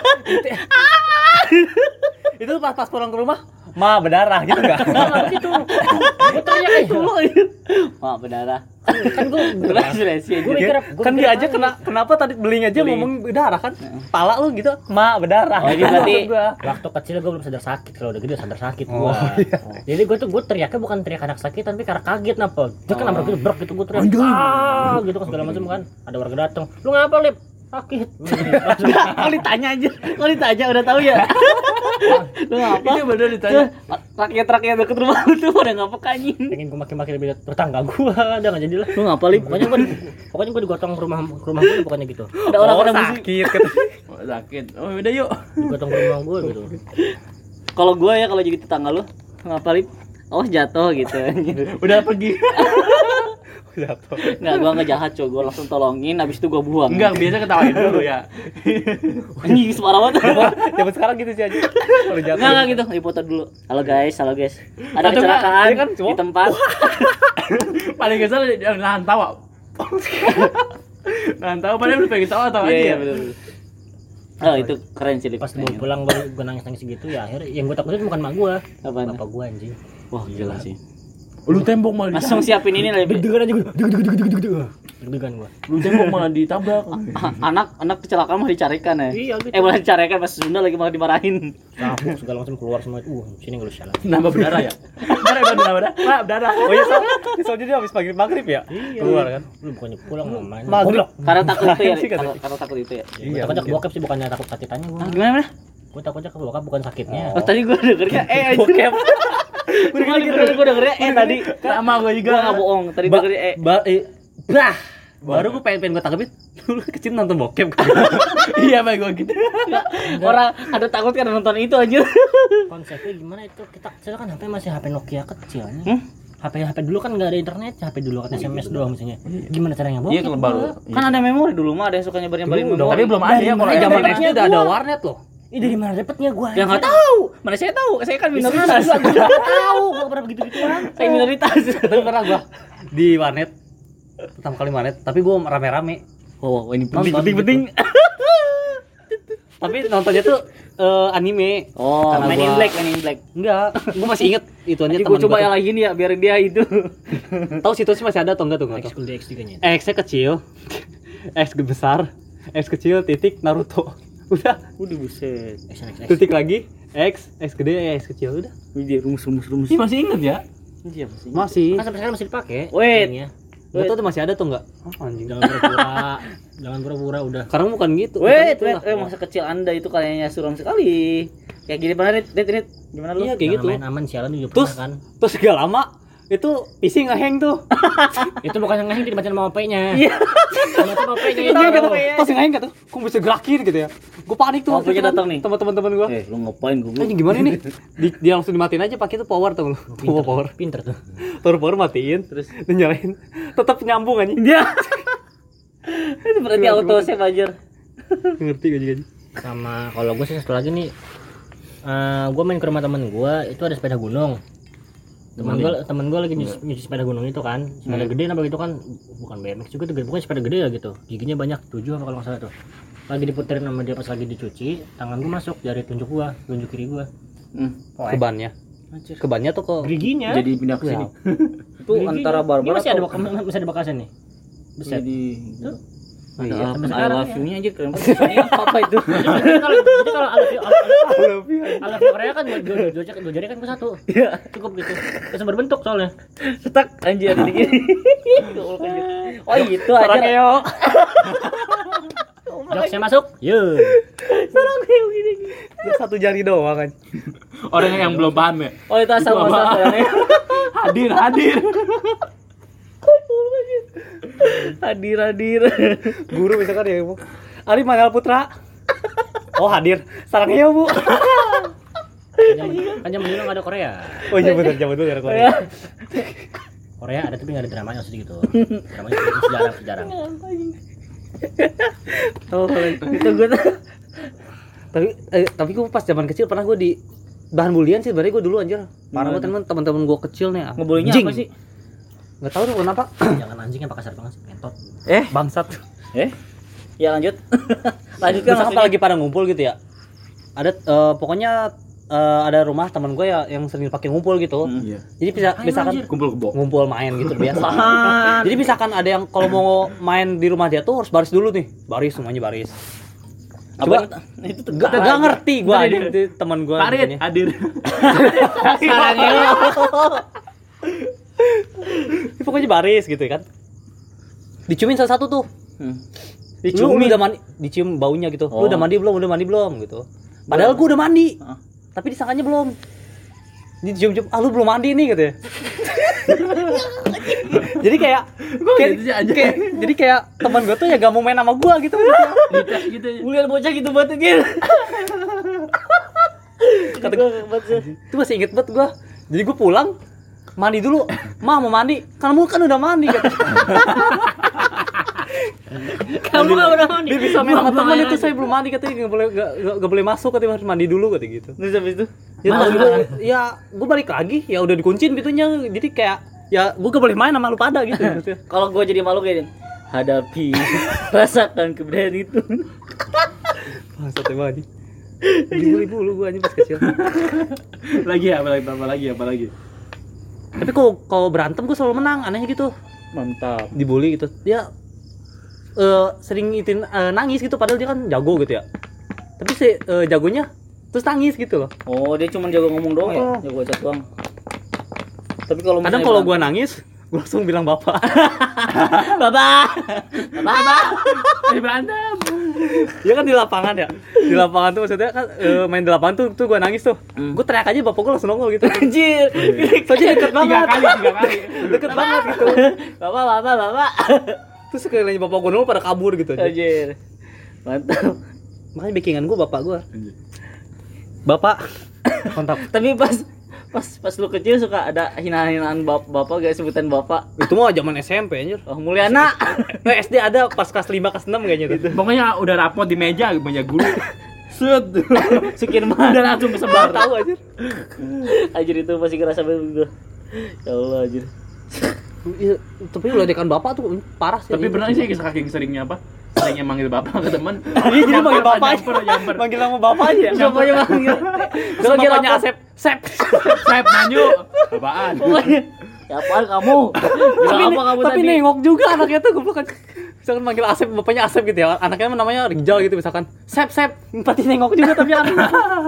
itu tuh pas pas pulang ke rumah, ma berdarah gitu enggak?
Nggak gitu. Gue teriak aja.
Dulu anjir. Wah, berdarah.
Kan gue
Terus resi
gue
anjir.
mikir
Kan dia aja kena kenapa tadi beling aja
Beling.
ngomong berdarah kan? Pala lu gitu, ma berdarah.
Oh, ini berarti
Gua.
waktu kecil gue belum sadar sakit, kalau udah gede sadar sakit gue.
Oh, iya.
Jadi gue tuh gue teriaknya bukan teriak anak sakit tapi karena kaget napa. Dia kan
Oh.
nabrak gitu brak gitu gue teriak. Ah, gitu kan segala macam kan. Ada warga datang. Lu ngapa, Lip? Sakit. Langsung
kalau ditanya aja, kalau ditanya udah tahu ya. Lu ngapa?
Ini bener ditanya.
Rakyat-rakyat deket rumah lu tuh pada ngapa anjing?
pengen gue makin-makin lebih tetangga gue udah nggak jadi lah.
Lu ngapa Lip?
Pokoknya gue pokoknya gue digotong ke rumah ke rumah gue pokoknya gitu.
Ada orang pada musik.
sakit kata.
Oh, sakit. Oh, udah yuk.
Digotong ke rumah gue gitu.
Kalau gua ya kalau jadi tetangga lu, ngapa Lip? Oh jatuh gitu anjir.
Udah pergi.
Jatuh.
Enggak, gua enggak jahat, coy. Gua langsung tolongin habis itu gua buang.
Enggak, biasa ketawain dulu ya.
Anjing sembarang banget.
Zaman sekarang gitu sih aja. Kalau jatuh.
Enggak, enggak gitu. Dipoto dulu. Halo guys, halo guys. Ada
Atau
kecelakaan
enggak, dia kan cowok.
di tempat.
Paling kesel dia nahan tawa. Nahan tawa padahal udah pengen tawa tawa
Iya,
aja.
iya, betul. Oh, itu keren sih Lip.
Pas gue pulang gue gue nangis nangis gitu ya akhirnya yang gue takutin bukan mak gue,
Apaan?
bapak gue anjing.
Wah, gila sih.
Lu tembok malah
Langsung siapin ini Lip.
Deg-degan aja gue. Deg-degan gue.
Lu tembok malah ditabrak.
Ah, Anak anak kecelakaan mah dicarikan ya.
Iya gitu.
Eh, malah dicarikan pas Sunda lagi malah dimarahin.
Cabuk segala macam keluar semua. Uh, sini nggak lu salah.
Nambah berdarah ya? Berdarah udah nambah berdarah. Pak, berdarah.
Oh iya, so, soalnya dia habis maghrib maghrib ya.
Iya.
Keluar kan.
Lu bukannya pulang mau main.
Maghrib.
Karena takut itu ya.
Sih, kata.
Karena karena takut itu ya.
Iya. Takutnya ke bokap sih bukannya takut sakitannya gue.
Ah, gimana mana?
Gue takutnya ke bokap bukan sakitnya.
Oh, tadi gua dengernya eh bokep. Gua dengernya gua dengernya eh tadi.
Sama gua juga.
Gua enggak bohong. Tadi
Ba-
dengernya eh
ba- eh, bah. Baru gue pengen pengen gue tanggepin. Lu kecil nonton bokep kan.
Iya, Pak, gua gitu.
orang ada takut kan nonton itu anjir.
Konsepnya gimana itu? Kita kita kan H P masih H P Nokia kecil nih.
Hmm?
H P H P dulu kan nggak ada internet, H P dulu kan S M S doang misalnya. Gimana caranya bokep?
Iya, kalau baru.
gua?
Kan ada memori dulu mah ada yang suka nyebar-nyebarin
Dulu,
memori.
Tapi belum ada ya kalau
Dari
Zaman
mana
S D udah ada
gua?
warnet loh.
Ih dari mana dapetnya gue?
Ya enggak tahu. Mana saya tahu? Saya kan minoritas.
Gue nggak tahu, gue pernah begitu gituan.
Saya minoritas.
Tapi pernah gua di warnet pertama kali warnet, tapi gua rame-rame.
Oh, ini
penting,
Nonton
penting,
gitu.
penting. Tapi nontonnya tuh eh, anime.
Oh,
Karena
main in
gua-
black, main in black.
Enggak, gua masih inget itu aja
Nanti
teman
gue coba
gua
ya
tuh.
lagi nih ya biar dia itu.
Tahu situasi masih ada atau enggak tuh enggak tahu.
X di X tiga-nya.
X-nya kecil. X besar, X kecil titik Naruto. Udah,
Udah buset.
X X X.
titik lagi X, X gede, X kecil udah.
Wih, rumus rumus rumus.
Ini masih inget ya?
Iya masih.
Masih.
Kan sampai sekarang masih dipakai.
Wait.
ininya.
Enggak tahu tuh masih ada tuh enggak? Oh, anjing.
Jangan pura-pura. Jangan pura-pura udah.
Sekarang bukan gitu.
Wait,
Bukan
wait,
itulah.
eh masa kecil Anda itu kayaknya suram sekali. Kayak gini pernah Rit, Rit, Rit. Gimana lu?
Iya kayak
Jangan
gitu.
main aman sialan juga
Terus
pernah kan.
terus gak lama itu P C ngehang tuh.
Itu bukan yang ngeheng dibaca nama P nya.
Iya.
Sama tuh P nya
Iya
itu.
gitu. Pas ngehang gitu. Kok bisa gerakin gitu ya. Gue panik tuh.
Oh,
waktu itu
P-nya
kan.
datang nih.
Teman-teman gua.
Eh, lu ngapain gue?
Anjing gimana nih? Di, dia langsung dimatiin aja pakai itu power tuh lu. Power power.
Pinter tuh.
Power power matiin terus nyalain. Tetap nyambung anjing.
Dia. Itu berarti auto save aja.
Ngerti gak juga.
Sama kalau gue sih satu lagi nih. eh gue main ke rumah temen gue itu ada sepeda gunung. Temen gue temen gue lagi nyuci, nyuci sepeda gunung itu kan. Sepeda gede apa gitu kan, bukan B M X juga tuh, bukan sepeda gede ya gitu. Giginya banyak tujuh apa kalau nggak salah tuh. Lagi diputerin sama dia pas lagi dicuci, tangan gue masuk jari tunjuk gue, tunjuk kiri gue.
Hmm.
Ke bannya.
Anjir.
Ke bannya tuh kok.
Giginya.
Jadi pindah ke sini.
Itu antara barbar
masih ada
atau-
bekas, masih ada bekasnya nih. Buset.
Jadi
Tuh.
ada
Iya,
apa
sampai
I
sekarang
love
ya.
you-nya anjir keren banget. Ini apa itu?
Jadi kalau jadi kalau alif alif alif Korea kan dua dua dua dua dua jari kan ke satu.
Iya.
Cukup gitu. Terus berbentuk soalnya.
Setak anjir di gini. Oh itu aja.
Sarangnya yo.
Jokesnya masuk. Ye.
Sarang kayak gini.
Dia satu jari doang kan.
Orang yang belum paham ya.
Oh itu asal
Itu
masa
apa?
sarangnya.
Hadir, hadir.
Hadir hadir.
Guru misalkan ya Bu. Ari Manal Putra. Oh hadir. Sarangnya yo Bu.
Kan zaman dulu nggak ada Korea.
Oh iya benar zaman dulu ya Korea.
Korea ada tapi nggak ada dramanya maksudnya gitu. Dramanya sejarah sejarah.
Oh,
Itu gue tuh.
tapi eh, tapi gue pas zaman kecil pernah gue di bahan bulian sih, berarti gue dulu anjir. Parah
Gimana?
banget teman teman-teman gue kecil nih.
Ngebulinya
Anjing.
apa sih?
Nggak tahu tuh kenapa.
Jangan anjing yang pakai sarung pentot.
Eh,
Bangsat.
eh. Ya lanjut. Lanjutkan
Misalkan
maksudnya.
lagi pada ngumpul gitu ya. Ada eh, pokoknya eh, ada rumah teman gue ya yang sering pakai ngumpul gitu.
Hmm.
Iya.
Jadi bisa misalkan
Kumpul kebo.
ngumpul main gitu biasa.
Apaan?
Jadi misalkan ada yang kalau mau main di rumah dia tuh harus baris dulu nih. Baris semuanya baris.
Coba
Coba
itu
Gak, gak ngerti gue
Bentar,
aja
bentar.
itu teman gue.
Farid, hadir.
sarangnya.
Pokoknya baris gitu kan. Diciumin salah satu tuh.
Hmm.
Lu, lu
Diciumin.
udah mandi, dicium baunya gitu.
Oh.
Lu udah mandi belum? Udah mandi belum gitu. Padahal gua udah mandi.
Hah?
Tapi disangkanya belum. Dicium-cium, ah lu belum mandi nih gitu ya. Jadi kayak kayak,
gitu sih aja?
kayak jadi kayak teman gua tuh ya gak mau main sama gua gitu.
Dites gitu ya.
Bulian bocah gitu banget gitu.
Kata gua, itu masih inget banget gua. Jadi gua pulang mandi dulu. Ma mau mandi. Kamu kan udah mandi kata.
Kamu enggak pernah mandi.
Dia bisa main sama
Belum
teman
main
itu
aja.
saya belum mandi katanya nggak boleh nggak nggak boleh masuk katanya harus mandi dulu katanya gitu.
Terus habis itu
Ya
Malas
terus
gitu
gua, ya gue balik lagi ya udah dikuncin pintunya jadi kayak ya gue gak boleh main sama lu pada gitu.
kalau gue jadi malu kayak gini, hadapi rasakan kebudayaan itu.
Bangsat emang anjing. Dibully dulu gue anjing pas kecil.
Lagi apa lagi apa lagi apa lagi.
Tapi kalau kalau berantem gue selalu menang anehnya gitu.
Mantap.
Dibully gitu. Dia eh, sering itin eh, nangis gitu padahal dia kan jago gitu ya. Tapi si eh, jagonya terus nangis gitu loh.
Oh, dia cuma jago ngomong doang ya?
Oh.
Jago chat doang. Tapi kalau
Kadang
misalnya
kalau gue
berantem-
nangis gue langsung bilang bapak.
Bapak. Bapak.
Ini berantem.
Ya kan di lapangan ya. Di lapangan tuh maksudnya kan eh, main di lapangan tuh tuh gue nangis tuh.
Hmm.
Gue teriak aja bapak gue langsung nongol gitu.
Anjir.
Soalnya deket
Tiga
banget.
kali, tiga kali.
Deket banget gitu.
Bapak, bapak, bapak.
Terus sekalinya bapak gue nongol pada kabur gitu aja.
Anjir. Mantap.
Makanya backingan gue bapak gue. Bapak kontak.
Tapi pas pas pas lu kecil suka ada hinaan-hinaan bap bapak gak sebutan bapak.
Itu mah zaman S M P anjir.
Oh, Mulyana.
Nah, S D ada pas kelas lima kelas enam kayaknya tuh.
Pokoknya udah rapot di meja meja guru. Set.
Sukirman.
Udah langsung kesebar.
Tahu anjir.
Anjir itu masih kerasa banget gua. Ya Allah anjir.
Iya, tapi ledekan bapak tuh parah sih.
Tapi
anjir.
benar sih kisah kaki seringnya apa? seringnya manggil bapak ke teman.
Iya, jadi manggil bapaknya.
Nyamper, nyamper.
Manggil nama bapaknya.
Bapaknya manggil.
Terus
Manggil
bapaknya
apa?
Asep, Sep.
Sep nanyu. Apaan?
Pokoknya ya apaan kamu? Bilang
Tapi,
apa kamu
tapi
tadi?
nengok juga anaknya tuh goblok kan. Misalkan manggil Asep, bapaknya Asep gitu ya. Anaknya namanya Rijal gitu misalkan. Sep, Sep. Pasti nengok juga tapi anaknya.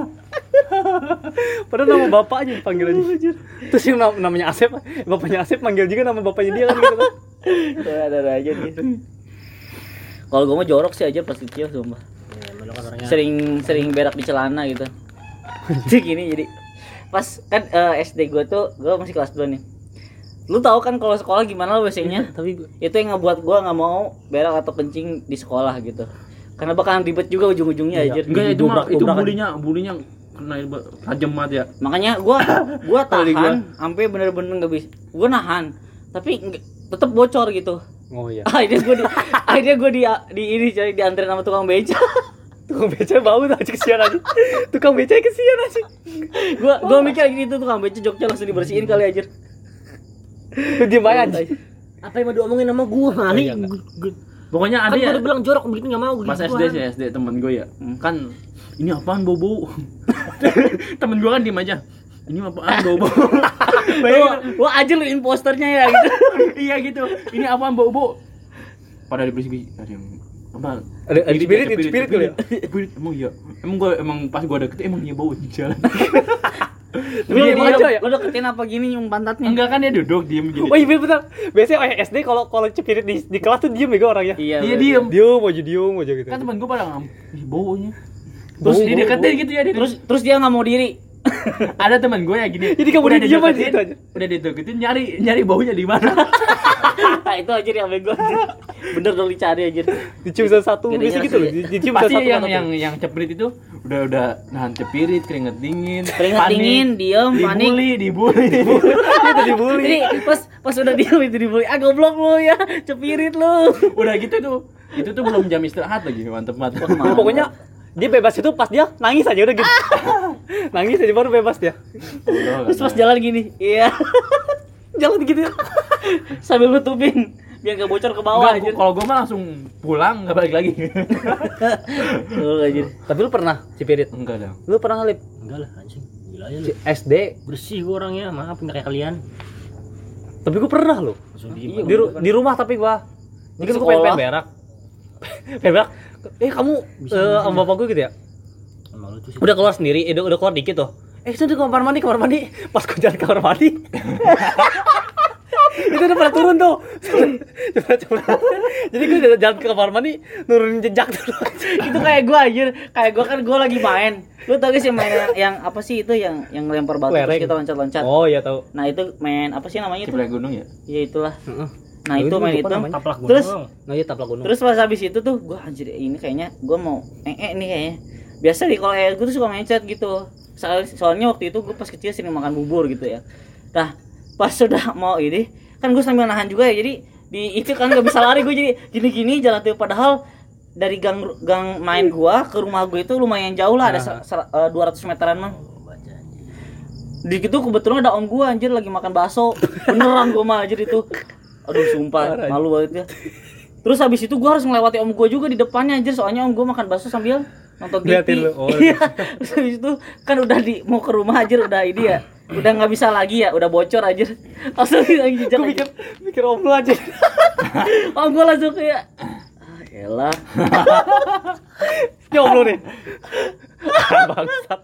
Padahal nama bapaknya dipanggil aja. Terus yang nam- namanya Asep, bapaknya Asep manggil juga nama bapaknya dia kan gitu kan.
Ada-ada aja dia. Kalau gue mah jorok sih aja pas kecil sumpah.
Ya, emang lu kan orangnya
Sering sering berak di celana gitu. Jadi gini jadi pas kan eh, S D gue tuh gue masih kelas dua nih. Lu tahu kan kalau sekolah gimana lo biasanya?
Tapi gua-
Itu yang ngebuat gue nggak mau berak atau kencing di sekolah gitu. Karena bakalan ribet juga ujung-ujungnya
Iya.
aja.
Enggak itu mah itu
Dobrak-dobrakan.
bulinya, bulinya kena tajam banget ya.
Makanya gua gua
Kalau di gua-
tahan sampai bener-bener nggak bisa. Gua nahan, tapi nggak- tetep bocor gitu.
Oh iya.
Akhirnya gua di akhirnya gua di di ini coy dianterin sama tukang beca.
Tukang beca bau tuh aja kesian aja. Tukang beca kesian aja.
gua gua mikir gini tuh tukang beca joknya langsung dibersihin kali aja.
Lu diem aja anjing.
apa yang mau diomongin sama gua kali?
iya, enggak.
Pokoknya
Kan
ada
gua
ya.
udah bilang jorok begitu enggak mau
Pas
gitu
S D sih, S D temen gue ya. Kan ini apaan bobo? Temen gue kan diem aja. Ini apaan bobo?
Wah, wah aja lu imposternya ya gitu.
Iya gitu. Ini apaan bobo? Pada dibersih ada yang apa?
Ada ada spirit, ada spirit kali ya.
Spirit emang iya. Emang gue emang pas gue deket emang dia bau di jalan.
Lu
Lu,
diem
lu,
aja ya.
lu deketin apa gini nyum pantatnya?
Enggak kan dia duduk diem gini.
Oh iya bener. Biasanya oh, S D kalau kalau cepirit di di kelas tuh diem ya orangnya.
Iya.
Iya
bener.
diem.
Diem aja diem aja gitu.
Kan temen gue pada ngam, ih baunya.
Bau,
Terus
bau,
dideketin
bau.
gitu ya dia.
Terus terus dia nggak mau diri.
Ada teman gue ya gini.
Jadi kamu
udah
diem aja
dideketin,
gitu aja.
Udah dideketin nyari nyari baunya di mana.
Nah, itu aja yang bego. Bener dong dicari aja.
Dicium satu
Gedenya
biasa gitu loh.
langsung
di- Dicium
Pasti
satu
yang
kan
yang yang ceprit itu udah udah nahan cepirit, keringet dingin,
Keringet
panik,
dingin, diem, panik.
dibully, dibully,
itu dibully.
Jadi pas pas udah diem itu dibully. Ah goblok lu ya, cepirit lu.
udah gitu tuh. Itu tuh belum jam istirahat lagi, mantep mantep.
Nah, pokoknya dia bebas itu pas dia nangis aja udah gitu. Nangis aja baru bebas dia.
Terus pas jalan gini, iya. Jalan gitu. Sambil nutupin biar gak bocor ke bawah
Enggak,
aja.
kalau gue mah langsung pulang nggak balik lagi.
Lu aja.
Tapi lu pernah cipirit?
Enggak dong.
Lu pernah ngalip?
enggak lah anjing gila aja lu
C- S D?
bersih gua orangnya maaf enggak kayak kalian
Tapi gua pernah loh.
langsung
Iya,
diem
Di, ru- di rumah tapi gua. Jadi kan gua pengen, pengen berak. pengen berak. Eh kamu eh, sama bapak gua gitu ya?
sama lu tuh sih
Udah keluar sendiri, eh, udah, udah keluar dikit tuh. Eh, itu di kamar mandi, kamar mandi. Pas gua jalan ke kamar mandi. Itu udah pada turun tuh. Coba coba. Jadi gua udah jalan ke kamar mandi, nurunin jejak dulu.
Itu kayak gua anjir, kayak gua kan gua lagi main. Lu tau gak sih main yang, yang apa sih itu yang yang lempar batu terus
Kelereng.
kita loncat-loncat.
Oh, iya tahu.
Nah, itu main apa sih namanya itu?
Ciplak gunung ya.
Iya itulah.
Heeh.
Nah, itu main itu.
taplak gua
Terus
Nah, iya taplak gunung.
Terus pas habis itu tuh gua anjir ini kayaknya gua mau eh eh nih kayaknya. Biasa nih kalau eh gua tuh suka mencet gitu. Soal, soalnya waktu itu gua pas kecil sering makan bubur gitu ya. Nah, pas sudah mau ini kan gua sambil nahan juga ya. Jadi di itu kan gak bisa lari gua jadi gini-gini jalan tuh padahal dari gang gang main gua ke rumah gua itu lumayan jauh lah ada se- se- eh, dua ratus meteran mah. Di situ kebetulan ada om gua anjir lagi makan bakso. Beneran gua mah anjir itu. Aduh sumpah malu banget ya. Terus habis itu gua harus melewati om gua juga di depannya anjir soalnya om gua makan bakso sambil nonton T V.
Liatin lu, oh.
Iya. Terus habis itu kan udah di mau ke rumah anjir udah ini ya. Udah nggak bisa lagi ya, udah bocor anjir. Langsung lagi jejak.
Gua mikir mikir om lu aja.
Om gua langsung kayak ah elah.
Ini om lu nih. Bangsat.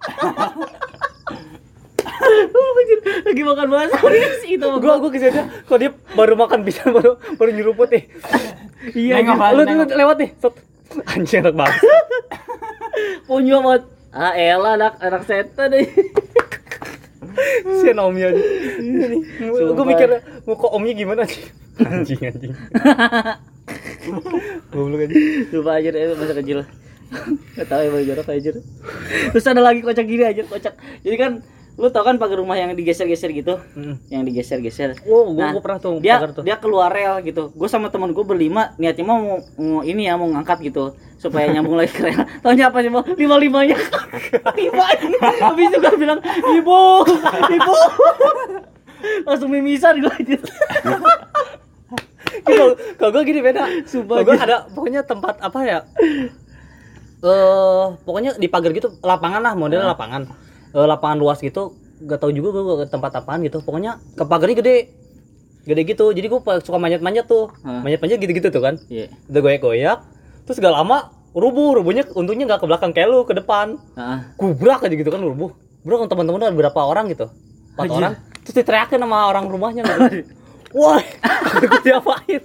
Oh, anjir, lagi makan bakso sih itu sama
Gua gua kesana kok dia baru makan bisa baru baru nyeruput nih. Iya,
Nengok,
anjir. lu
nengok.
tuh lewat nih. Set. Anjing enak banget.
punya banget. Ah elah anak anak setan deh.
Si omnya aja. Gua
Sumpah.
mikir mau kok omnya gimana sih? Anjing anjing. Goblok aja.
Lupa aja deh masa kecil. Gak tau ya jorok aja. Terus ada lagi kocak gini aja kocak. Jadi kan lu tau kan pagar rumah yang digeser-geser gitu,
Mm.
yang digeser-geser.
Oh, gua,
Nah,
gua pernah tuh
Dia
pagar tuh.
dia keluar rel gitu. Gue sama temen gue berlima niatnya mau, mau, mau ini ya mau ngangkat gitu supaya nyambung lagi ke rel. Taunya apa sih mau lima limanya? Lima. Habis itu gue bilang ibu, ibu. Langsung mimisan gue aja.
Kalau kalau gue gini beda. Kalau gue ada pokoknya tempat apa ya? Eh pokoknya di pagar gitu lapangan lah modelnya lapangan. Eh, lapangan luas gitu. Gak tahu juga gue ke tempat apaan gitu. Pokoknya ke pagarnya gede. Gede gitu. Jadi gue suka manjat-manjat tuh.
Hah.
Manjat-manjat gitu-gitu tuh kan.
Iya.
Udah goyak-goyak. Terus gak lama rubuh. Rubuhnya untungnya gak ke belakang kayak lu, ke depan.
Heeh.
Kubrak aja gitu kan rubuh. Bro, teman-teman ada berapa orang gitu? Empat orang. Terus diteriakin sama orang rumahnya gitu. Woi, gue diapain?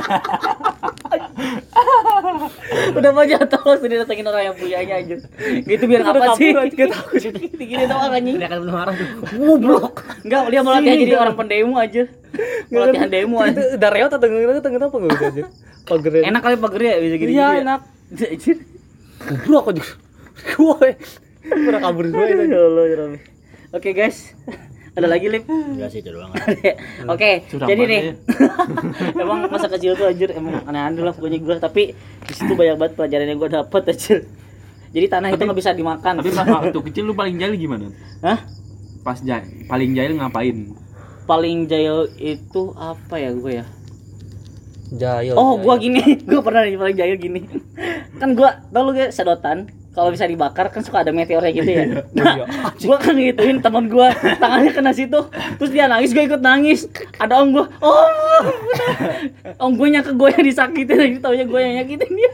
Udah mah jatuh langsung didatengin orang yang punyanya aja. Gitu biar
Udah
apa sih?
kabur aja, gak tahu.
Digini doang anjing.
Dia akan belum marah tuh.
Goblok. Enggak, dia mau latihan jadi orang pendemo aja. Mau latihan demo aja.
Itu udah reot atau enggak tahu kenapa gue gitu aja. Pagernya.
Enak kali pagernya bisa gini.
Iya, enak. Goblok aja. Gue. Udah kabur semua itu.
Ya Allah, ya Rabbi. Oke, guys. Ada lagi, Lip?
Enggak sih, itu doang.
Oke,
Sudah
jadi
aman
nih. Emang masa kecil tuh anjir emang aneh-aneh lah pokoknya gue, tapi di situ banyak banget pelajaran yang gue dapet anjir. Jadi tanah itu nggak bisa dimakan.
Tapi pas waktu kecil lu paling jahil gimana?
Hah?
Pas ja- paling jahil ngapain?
Paling jahil itu apa ya gue ya?
Jahil.
Oh, gua gini, gua pernah nih paling jahil gini. Kan gua tau lu guys sedotan, kalau bisa dibakar kan suka ada meteornya gitu ya. Nah, gua kan ngituin teman gua, tangannya kena situ, terus dia nangis, gua ikut nangis. Ada om gua, oh, om gua nyangka gua yang disakitin, taunya gua yang nyakitin dia.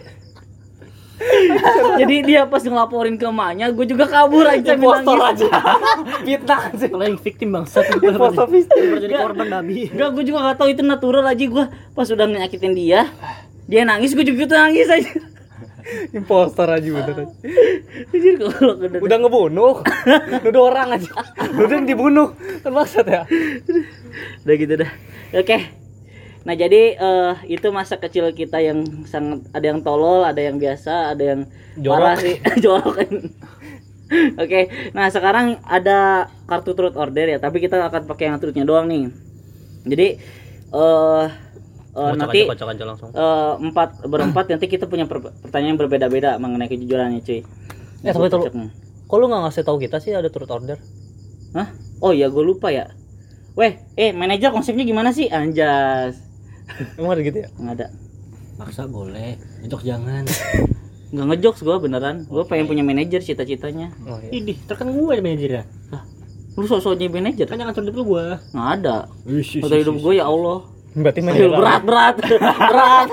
Jadi dia pas ngelaporin ke emaknya, gua juga kabur aja
Impostor
nangis.
aja. Fitnah aja.
Kalau yang victim bangsat itu
Impostor
jadi korban babi.
Enggak, gua juga gak tahu itu natural aja. Gua pas udah nyakitin dia, dia nangis, gua juga ikut nangis aja.
Impostor aja bener.
Anjir kalau udah
Udah ngebunuh. Nuduh orang aja. Nuduh yang dibunuh. Kan maksud ya.
udah gitu dah. Oke. Nah, jadi eh, itu masa kecil kita yang sangat, ada yang tolol, ada yang biasa, ada yang
Jorok.
parah sih. Jorok kan. Oke. Nah, sekarang ada kartu truth order ya, tapi kita akan pakai yang truthnya doang nih. Jadi eh eh, nanti
kocok aja langsung.
eh, empat berempat nanti kita punya per- pertanyaan yang berbeda-beda mengenai kejujurannya, cuy.
Eh, tapi tuh.
Cocoknya.
Kok lu enggak ngasih tahu kita sih ada truth order?
Hah? Oh iya, gue lupa ya. Weh, eh manajer konsepnya gimana sih? Anjas.
Emang ada gitu ya?
Nggak ada.
Maksa boleh, ngejok jangan.
Nggak ngejokes gue beneran. Gue pengen punya manajer cita-citanya.
Oh iya.
Idih, terkan gue aja manajernya.
Lu sok-sok jadi manajer?
Kan jangan hidup lu gua.
Nggak ada.
Ish,
Foto hidup gue ya Allah.
Berarti
Aduh, berat, berat, berat.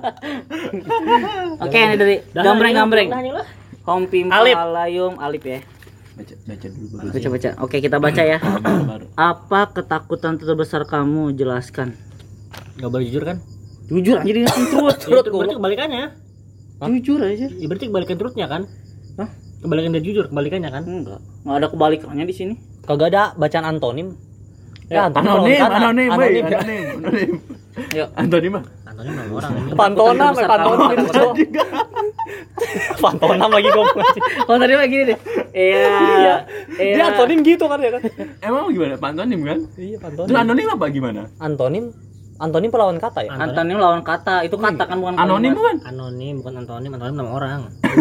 Oke, ini dari gambreng-gambreng. Hompi
Alip.
Palayum Alip ya.
Baca baca dulu baru.
Baca baca. Oke, kita baca ya.
Baru.
Apa ketakutan terbesar kamu? Jelaskan.
Gak boleh jujur kan?
Jujur aja dia truth.
Turut berarti kebalikannya.
Jujur aja.
Ya berarti kebalikan turutnya kan?
Hah?
Kebalikan dari jujur, kebalikannya kan?
Enggak. Enggak ada kebalikannya di sini.
Kagak ada bacaan antonim.
Ya,
Anonim,
lawan kata.
anonim, woi,
Anonim.
anonim, anonim.
Ayo.
Antonim mah.
Antonim nama orang.
Pantona,
Ketakutan terbesar
pantona
kamu.
gitu. Pantona lagi ngomong aja.
Oh tadi mah gini deh. Iya.
Iya.
Iya.
Dia antonim gitu kan ya kan?
Emang gimana? Antonim kan?
Iya,
Terus
antonim.
anonim apa gimana?
Antonim Antonim pelawan kata ya?
Antonim lawan kata. Itu kata kan bukan
Anonim
kalimat.
kan?
Anonim bukan antonim, antonim nama orang.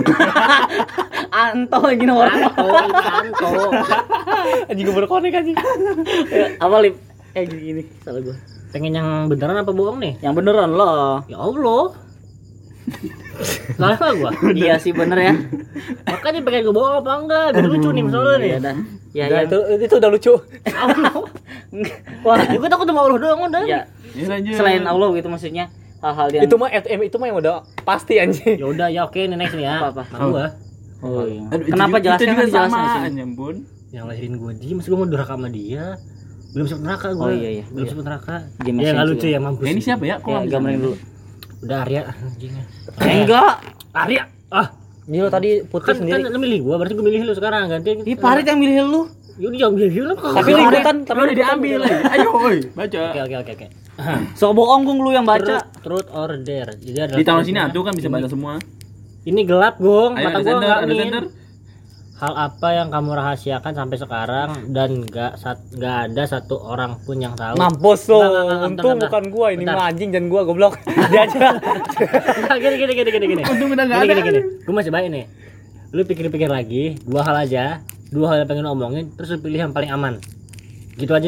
Anto lagi orang.
Anto, itu Anto.
Anjing gue berkonek anjing.
Apa lip? Eh gini, salah gua.
Pengen yang beneran apa bohong nih?
Yang beneran loh.
Ya Allah. Salah apa gua?
Iya sih bener ya.
Makanya pengen gua bohong apa enggak? Biar lucu nih masalahnya nih.
Ya dah. Ya
Udah,
yang
itu itu udah lucu.
Allah.
wah,
Gua takut sama Allah doang udah.
ya
Ya lanjut.
selain Allah gitu maksudnya hal-hal yang
Itu mah F M itu mah yang udah pasti anjing.
Ya udah ya oke nih next nih ya.
Apa-apa?
Nah, gua
Oh, iya.
Aduh, itu
Kenapa
juga-
jelaskan
itu juga
kan jelaskan di
sama,
sini.
ampun.
yang lahirin gua dia, masa gua mau durhaka sama dia? Belum sempat neraka gua.
Oh, iya, iya.
Belum
Iya.
sempat neraka.
Dia
Ya
masih
enggak lucu
juga.
ya mampus.
Ya, ini siapa ya? Kok
Ya,
nggak bisa
gambarin
nanya?
dulu.
Udah Arya anjingnya.
Eh, enggak.
Arya. Ah,
Ini lo tadi putih
kan,
sendiri.
kan lu milih gua, berarti gua milih lu sekarang ganti.
Ih, Parit yang milih lu.
Ya udah jangan milih lu.
Tapi lu ikutan, tapi
Udah diambil lagi. Ayo, woi, baca.
Oke oke oke oke.
So bohong Gung lu yang baca.
Truth, truth or dare. Jadi ada
Di tahun sini antu kan bisa baca semua.
Ini gelap, Gong.
Ayo,
Mata
ada
gua
center,
enggak
ada
angin.
center.
Hal apa yang kamu rahasiakan sampai sekarang dan enggak enggak ada satu orang pun yang tahu?
Mampus
Bentar,
lo.
bentar, bentar,
Untung
bentar.
bukan gua, ini
Bentar.
mah anjing dan gua goblok. Dia aja.
Nah, gini gini gini gini gini.
Untung udah nggak
Gini
ada.
gini gini. Gua masih baik nih. Lu pikir-pikir lagi, dua hal aja, dua hal yang pengen lu omongin, terus lu pilih yang paling aman. Gitu aja dah.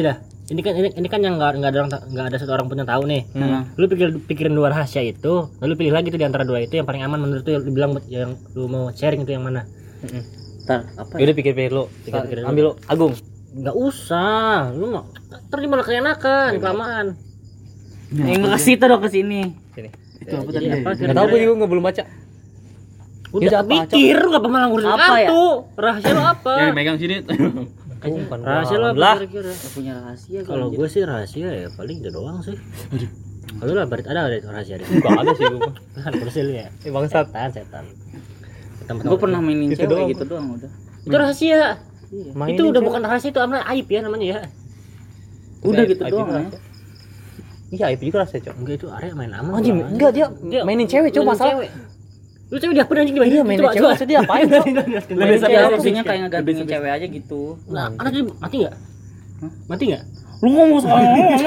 ini kan ini, ini kan yang nggak nggak ada orang nggak ada satu orang pun yang tahu nih.
Hmm.
Lu pikir pikirin dua rahasia itu, lalu pilih lagi tuh di antara dua itu yang paling aman menurut lu, lu bilang yang lu mau sharing itu yang mana?
Ntar apa
Yaudah pikir-pikir lu.
Pikir-pikir dulu.
Ambil lu Agung.
Nggak usah, lu mau ntar malah keenakan kelamaan.
yang ngasih itu dong ke sini
Sini.
itu apa
Jadi
tadi
apa?
Enggak tahu gue juga enggak belum baca.
Udah
Yaudah, apa,
pikir lu nggak malah ngurusin
Apa ya?
kartu. Rahasia lu apa?
Yang megang sini.
Bukan
Rahasia lu apa
lah.
kira-kira?
Gak punya rahasia
Kalau gue sih rahasia ya paling itu doang sih. Kalau lah barit ada ada rahasia deh.
Enggak ada sih gue.
Kan kursi lu ya.
Eh bangsat.
Setan, setan.
gue pernah mainin
Itu
cewek
doang.
gitu doang udah
Itu rahasia.
Mainin
Itu udah
cewek.
bukan rahasia, itu namanya aib ya namanya ya.
udah
Aib-
gitu
aib
doang
juga
ya
rahasia. Iya, aib juga rasanya, Cok.
Enggak itu Arya main aman.
Anjing,
soalnya.
enggak dia mainin cewek, Cok,
mainin
masalah.
cewek. Lu cewek dia pernah anjing gimana?
Iya, mainin cewek, maksudnya dia apain, Cok?
mainin
Lebih
cewek
lebih
fungsinya
lebih
kayak ngegantungin cewek aja gitu
Nah, anak dia mati enggak? Mati enggak?
lu ngomong soal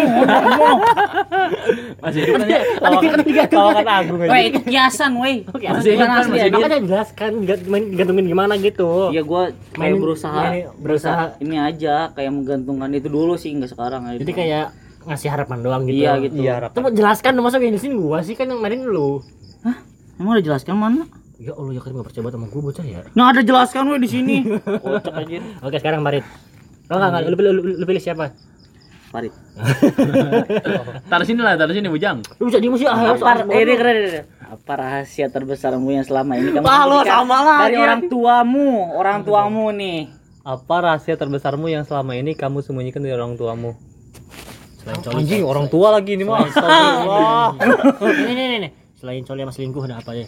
Masih hidup kan ya?
Anak dia kena digantung.
Tawakan Agung aja.
weh itu kiasan weh
Masih hidup
bukan
kan,
asli
masih
aja
hidup.
Makanya jelaskan gant- main digantungin gimana gitu.
iya gue kayak
Mainin-
berusaha
mainin-
berusaha ini aja kayak menggantungkan itu dulu sih nggak sekarang aja
Jadi kayak ngasih harapan doang gitu.
iya gitu
Iya,
Coba jelaskan dong, masa kayak di sini gua sih kan yang mainin lu.
emang udah jelaskan mana
Ya Allah, ya kan enggak percaya banget sama gua bocah ya.
nggak ada jelaskan weh di sini kocak aja
Oke, sekarang Barit. Oh enggak, enggak, lu, pilih- lu, lu, lu pilih siapa?
Farid
Taruh sini lah, taruh sini Bujang.
Lu bisa diem sih ah.
apa eh ini keren ini apa rahasia terbesarmu yang selama ini kamu
Ah, lu
sembunyikan
sama lagi.
dari orang tuamu orang tuamu nih
Apa rahasia terbesarmu yang selama ini kamu sembunyikan dari orang tuamu?
Selain coli.
Anjing, orang tua lagi ini mah. Astagfirullah.
Ini nih nih nih. Selain coli sama selingkuh ada apa deh?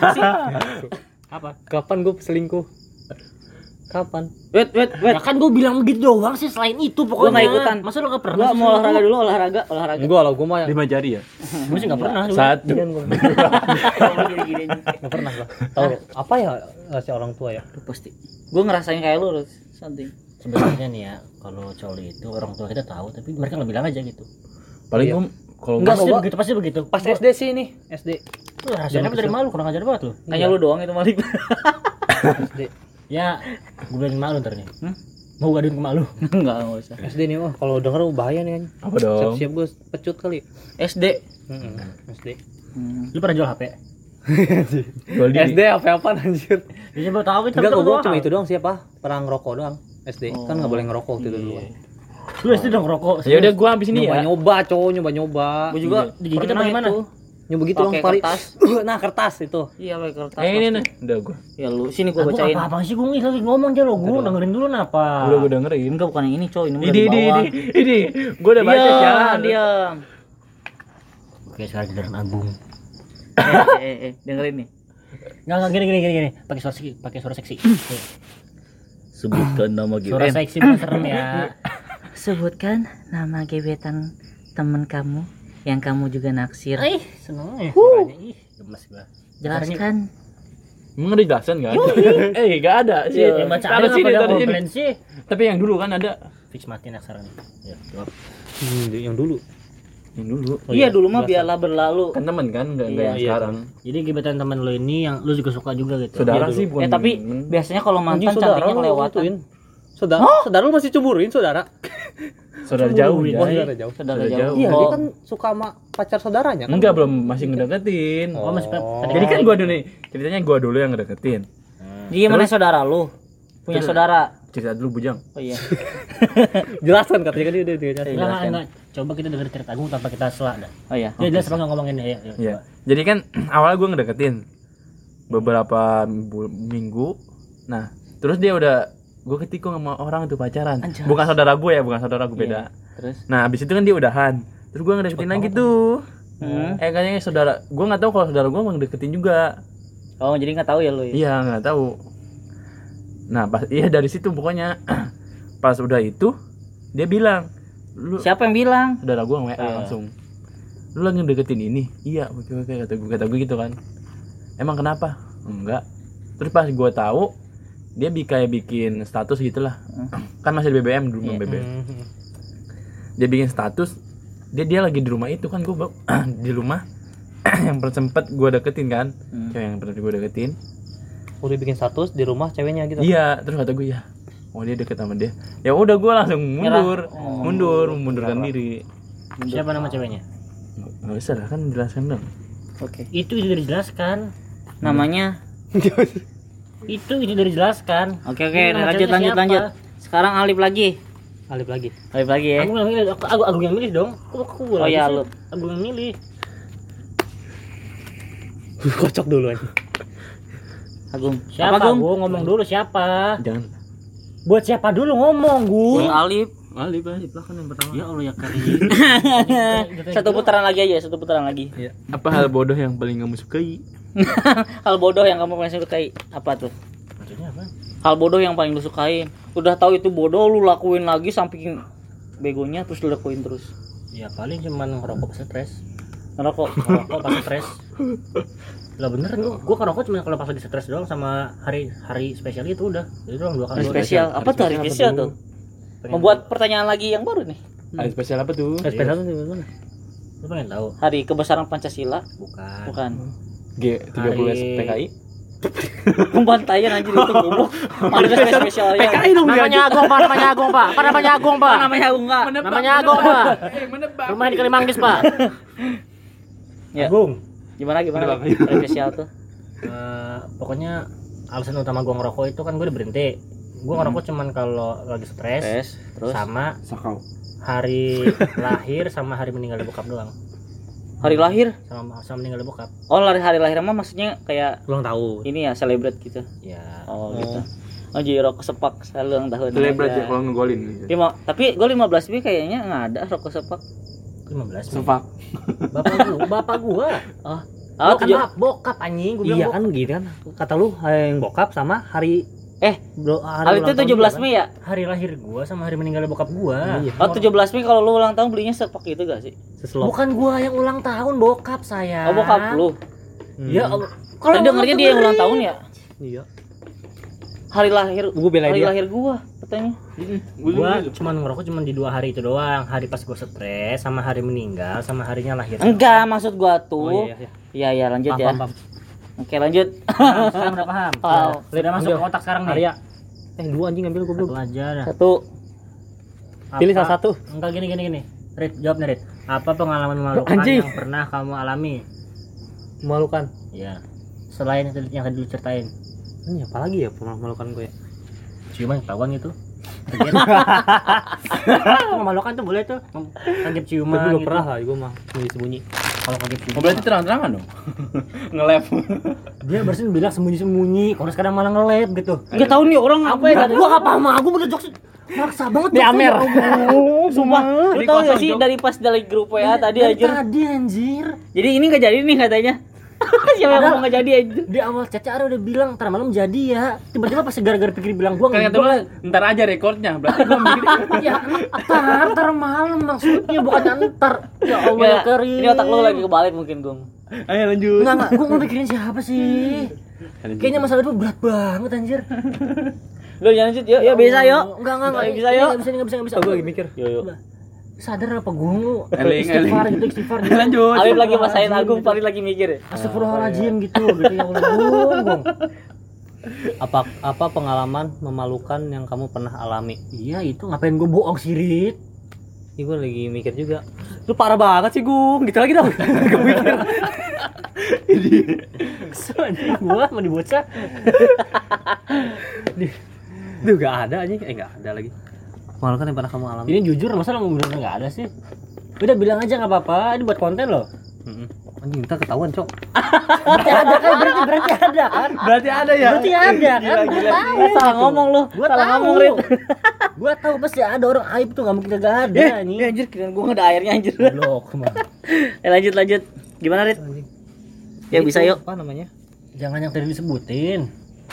Apa?
Kapan gue selingkuh? Kapan?
wait wait wait
Ya kan gua bilang begitu doang sih, selain itu
Gua
pokoknya.
nggak ikutan.
Masa lu enggak
gua
pernah?
mau olahraga dulu olahraga olahraga
Enggak lah, gue mah
Lima jari ya?
Gua sih enggak pernah. dulu.
Satu.
gini-gini
Enggak pernah lah. Tahu apa ya rahasia orang tua ya?
pasti gue ngerasain kayak lu Rus. something
Sebenarnya nih ya, kalau coli itu orang tua kita tahu, tapi mereka nggak bilang aja gitu.
Paling
Iya.
gua kalau
Enggak
Enggak,
pasti
gua-
begitu, pasti begitu.
Pas S D sih nih, S D.
Lu rahasianya apa dari malu, kurang ajar banget lu.
kayaknya lu doang itu Malik
S D.
Ya, gue bilangin malu ntar nih.
Hmm?
Mau gaduin ke malu.
enggak enggak usah
S D nih, wah kalau denger bahaya nih kan.
apa dong?
Siap-siap gue pecut kali.
S D
S D.
hmm.
Lu pernah jual H P?
Jual
S D
diri.
apa-apaan anjir?
Ya coba tahu kita.
Enggak, gue cuma itu doang siapa? Perang ngerokok doang. S D kan nggak boleh ngerokok waktu itu dulu.
Lu S D dong rokok.
Ya udah gua habis ini
Nyoba
ya.
nyoba, cowok nyoba nyoba.
gue juga
Digigit apa
pernah
gimana?
itu.
Nyoba gitu
Pakai
doang pari.
kertas.
Nah kertas itu.
Iya pakai kertas
Eh ini
pasti.
nih, udah gua.
ya lu sini
Gua
gua bacain
apa-apa sih gue lagi ngomong aja lo, gue dengerin dulu napa.
Udah gua dengerin.
enggak bukan yang ini coy ini mah
Ini
dari
ini
bawah
ini ini. Gua udah baca
diam
jangan.
diam
Oke, sekarang giliran Agung.
eh, eh, eh, dengerin nih
Enggak enggak gini gini gini gini. Pakai suara seksi, pakai suara seksi.
sebutkan nama
Suara seksi bukan serem ya.
sebutkan nama gebetan teman kamu yang kamu juga naksir
Ih, seneng ya suaranya. Ih, gemes gua.
jelaskan
Emang ada jelasan enggak ada? Eh, enggak ada sih.
Ya, baca
Taruh
aja
sini,
apa
taruh sini.
komplain sih.
Tapi yang dulu kan ada.
Fix mati nak sekarang. Ya, jawab.
Hmm, yang dulu.
Yang dulu.
iya dulu mah biarlah berlalu
Kan temen kan, enggak enggak
Iya,
yang
iya.
sekarang.
Jadi gebetan teman lo ini yang lu juga suka juga gitu.
Saudara
Iya,
sih
dulu.
bukan.
eh tapi
temen.
biasanya kalau
Anjing
mantan
saudara
cantiknya
lu
kelewatan
gituin. Saudara, saudara lu masih cemburuin saudara.
saudara jauh ya.
Oh, saudara jauh.
saudara
Saudara
jauh
jauh.
Iya,
Oh,
dia kan suka sama pacar saudaranya kan.
Enggak, belum masih ngedeketin.
Oh, masih pada
Jadi kan gua dulu nih, ceritanya gua dulu yang ngedeketin.
gimana saudara lu punya
Terus-
saudara
Cerita dulu Bujang.
oh iya
Jelasan katanya kan dia udah dijelasin.
Enggak, enggak, enggak. Coba kita denger cerita Agung tanpa kita sela dah.
oh iya
Ya jelas apa enggak ngomongin ya. ya,
Iya. Jadi kan awalnya gue ngedeketin beberapa bu- minggu. Nah, terus dia udah gue ketikung sama orang itu pacaran.
Anjas.
Bukan saudara gue ya, bukan saudara gue beda.
terus
Nah, abis itu kan dia udahan. Terus gue ngedeketin lagi tuh.
hmm.
Eh kayaknya saudara, gue nggak tahu kalau saudara gue mau ngedeketin juga.
oh jadi nggak tahu ya lu ya
Iya nggak tahu. Nah pas iya dari situ pokoknya pas udah itu dia bilang, lu
siapa yang bilang
saudara gue W A
Iya.
langsung, lu lagi ngedeketin ini? Iya oke oke kata gue kata gue gitu kan. Emang kenapa? Enggak. Terus pas gue tahu dia bi kayak bikin status gitulah. Kan masih di B B M dulu
Iya.
B B M. Dia bikin status dia dia lagi di rumah itu kan gue di rumah yang pernah sempet gue deketin kan,
Hmm.
cewek yang pernah gue deketin.
Udah bikin status di rumah ceweknya gitu.
Iya, terus kata gue ya. oh dia deket sama dia. Ya udah gue langsung mundur,
Oh.
mundur, mundurkan diri.
Siapa nama ceweknya?
Nggak usah lah, kan jelaskan dong.
Oke.
Itu itu dari jelaskan.
Namanya.
Itu itu dari jelaskan.
Oke oke,
Ini nama
lanjut
ceweknya
lanjut
siapa?
lanjut. Sekarang Alif lagi.
Alif lagi.
Alif lagi ya.
Aku yang milih, aku, aku, aku yang milih dong. Kok aku
Oh
lagi
iya,
sih?
lu.
Aku yang milih.
Kocok dulu aja.
Agung.
Siapa?
Apa, Gung?
Gue ngomong dulu siapa?
Jangan.
Buat siapa dulu ngomong, Gung?
Bung Alif.
Alif, Alif lah kan yang pertama.
Ya Allah ya kali.
Satu putaran lagi aja, satu putaran lagi.
Ya. Apa hal bodoh yang paling kamu sukai?
Hal bodoh yang kamu paling sukai apa tuh?
Maksudnya apa?
Hal bodoh yang paling lu sukain. Udah tahu itu bodoh lu lakuin lagi saking begonya terus lu lakuin terus.
Ya paling cuman ngerokok pas stres.
Ngerokok.
Ngerokok pas stres. Lah bener gua, gua ngerokok cuma kalau pas lagi stres doang sama hari hari spesial itu udah. Itu doang dua kali.
Hari spesial. Apa tuh hari spesial tuh? Membuat pertanyaan lagi yang baru nih.
Hari spesial apa tuh?
hari spesial itu gimana? Lu pengen tahu?
Hari kebesaran Pancasila.
Bukan.
Bukan.
G tiga puluh S P K I.
Pembantaian anjir itu goblok. Ada spesialnya.
P K I dong dia.
Namanya Agung, Pak. Namanya Agung, Pak. Apa namanya Agung, Pak?
Apa namanya Agung enggak?
Namanya Agung, Pak. Rumah di Kalimanggis, Pak.
Ya.
Agung.
Gimana gimana?
Udah, Bang.
Hari spesial tuh.
Eh, pokoknya alasan utama gua ngerokok itu kan gua udah berhenti. Gua ngerokok cuman kalau lagi stres
Tes, terus
sama
Sakau.
hari lahir sama hari meninggal bokap doang.
hari lahir.
Sama sama meninggal bokap.
Oh, hari hari lahir mah maksudnya kayak
Ulang tahun.
ini ya, celebrate gitu.
Ya.
Oh, gitu. Oh, jadi rokok sepak selalu ulang tahun.
Celebrate
aja.
ya kalau ngegolin.
Lima, tapi gue lima belas B kayaknya nggak ada rokok sepak.
lima belas.
Sepak.
Bapak gua, bapak gua.
Oh,
Oh,
oh tujuh.
bokap, bokap anjing, gua bilang
Iya
bokap.
kan gitu kan. Kata lu hari yang bokap sama hari
Eh,
bro,
hari itu
ulang tahun
tujuh belas
dia,
Mei ya?
Hari lahir gua sama hari meninggal bokap gua.
Iya.
Oh, tujuh belas Mei kalau lu ulang tahun belinya sepak gitu gak sih?
kan? Seselop.
Bukan gua yang ulang tahun, bokap saya.
Oh, bokap lu.
Hmm.
Ya Allah.
Kalau dengernya dia yang ulang tahun ya?
Iya.
Hari lahir.
Gua belain
Hari
dia.
lahir gua katanya.
Gua cuman ngerokok cuman di dua hari itu doang. Hari pas gua stres sama hari meninggal sama harinya lahir.
Enggak, maksud gua tuh.
Oh iya iya.
Iya, iya, lanjut
Paham,
ya.
paham, paham.
Oke, lanjut.
Paham, sekarang udah paham.
Paham.
Udah, udah masuk
Udah.
ke otak sekarang nih.
Arya. Eh, dua anjing ambil gua belum.
Satu aja dah.
Satu.
Pilih
Apa-
salah satu.
Enggak gini gini gini. Rit, jawab nih Rit. Apa pengalaman memalukan
Anjing.
yang pernah kamu alami?
Memalukan.
Ya. Selain yang tadi yang tadi lu ceritain.
Ini apa lagi ya memalukan gue?
Ciuman ketahuan gitu. Kaget. Memalukan tuh boleh tuh. Kaget ciuman
Tapi gak
gitu.
pernah lah gue mah sembunyi-sembunyi.
Kalau kaget ciuman.
Oh, berarti terang-terangan dong. Nge-lab.
Dia barusan bilang sembunyi-sembunyi. Kalau sekarang malah nge-lab gitu.
Enggak tahu nih orang apa ya.
Gua gak paham, aku bener jokes maksa banget.
Di Amer.
Oh,
Sumpah. Lu
Jadi
tahu
kosong,
gak sih
Jok.
dari pas dari grup W A tadi
Dari
anjir.
Tadi anjir.
Jadi ini enggak jadi nih katanya. Siapa yang
Ada-
ngomong enggak jadi anjir?
Di awal chatnya Ara udah bilang ntar malam jadi ya. Tiba-tiba pas gara-gara pikir bilang gua
Kan kata
gua-
lu ntar aja rekornya. Berarti gua mikir
ya ntar ntar malam maksudnya bukan ntar. Ya Allah ya
Enggak,
karim.
ini otak lu lagi kebalik mungkin, Gung.
ayo lanjut.
Enggak enggak, gua mikirin siapa sih? Kayaknya masalah itu berat banget anjir.
Lu jangan lanjut, yuk, yuk bisa yuk.
Enggak enggak enggak
Nggak bisa, yuk.
Enggak bisa enggak bisa enggak bisa.
Gue lagi mikir.
Yuk, yuk.
Sadar apa gua lu?
Eling,
Istighfar
eling.
gitu istighfar gitu.
Lanjut.
Alif lagi masain
Astagfirullahaladzim
Agung,
gitu.
Farid lagi mikir.
Astagfirullahaladzim gitu gitu ya Allah. Gong, gong.
Apa apa pengalaman memalukan yang kamu pernah alami?
Iya itu ngapain gua bohong sih Rit?
Ini gue lagi mikir juga. Lu parah banget sih, Gung. Gitu lagi dong. Gue mikir.
Kesel anjing gua mau dibocah.
Duh, gak ada anjing. Eh, gak ada lagi. Memalukan yang pernah kamu alami?
Ini jujur masa lu bener enggak ada sih? Udah bilang aja enggak apa-apa, ini buat konten loh.
Mm-mm. Anjing, kita ketahuan, Cok.
Berarti ada kan? Berarti berarti ada kan?
Berarti ada ya.
Berarti ada kan? Gua tahu.
Eh, salah ngomong lu.
Gua
Salah
tahu.
ngomong, Rit.
Gua tahu pasti ada orang aib tuh enggak mungkin kagak ada
Eh,
anjing.
ya, anjir, kirain gua enggak ada airnya anjir.
Goblok kemana?
Eh, lanjut lanjut. Gimana, Rit?
Anjing.
Ya bisa
Itu
yuk.
Apa namanya?
Jangan yang tadi disebutin.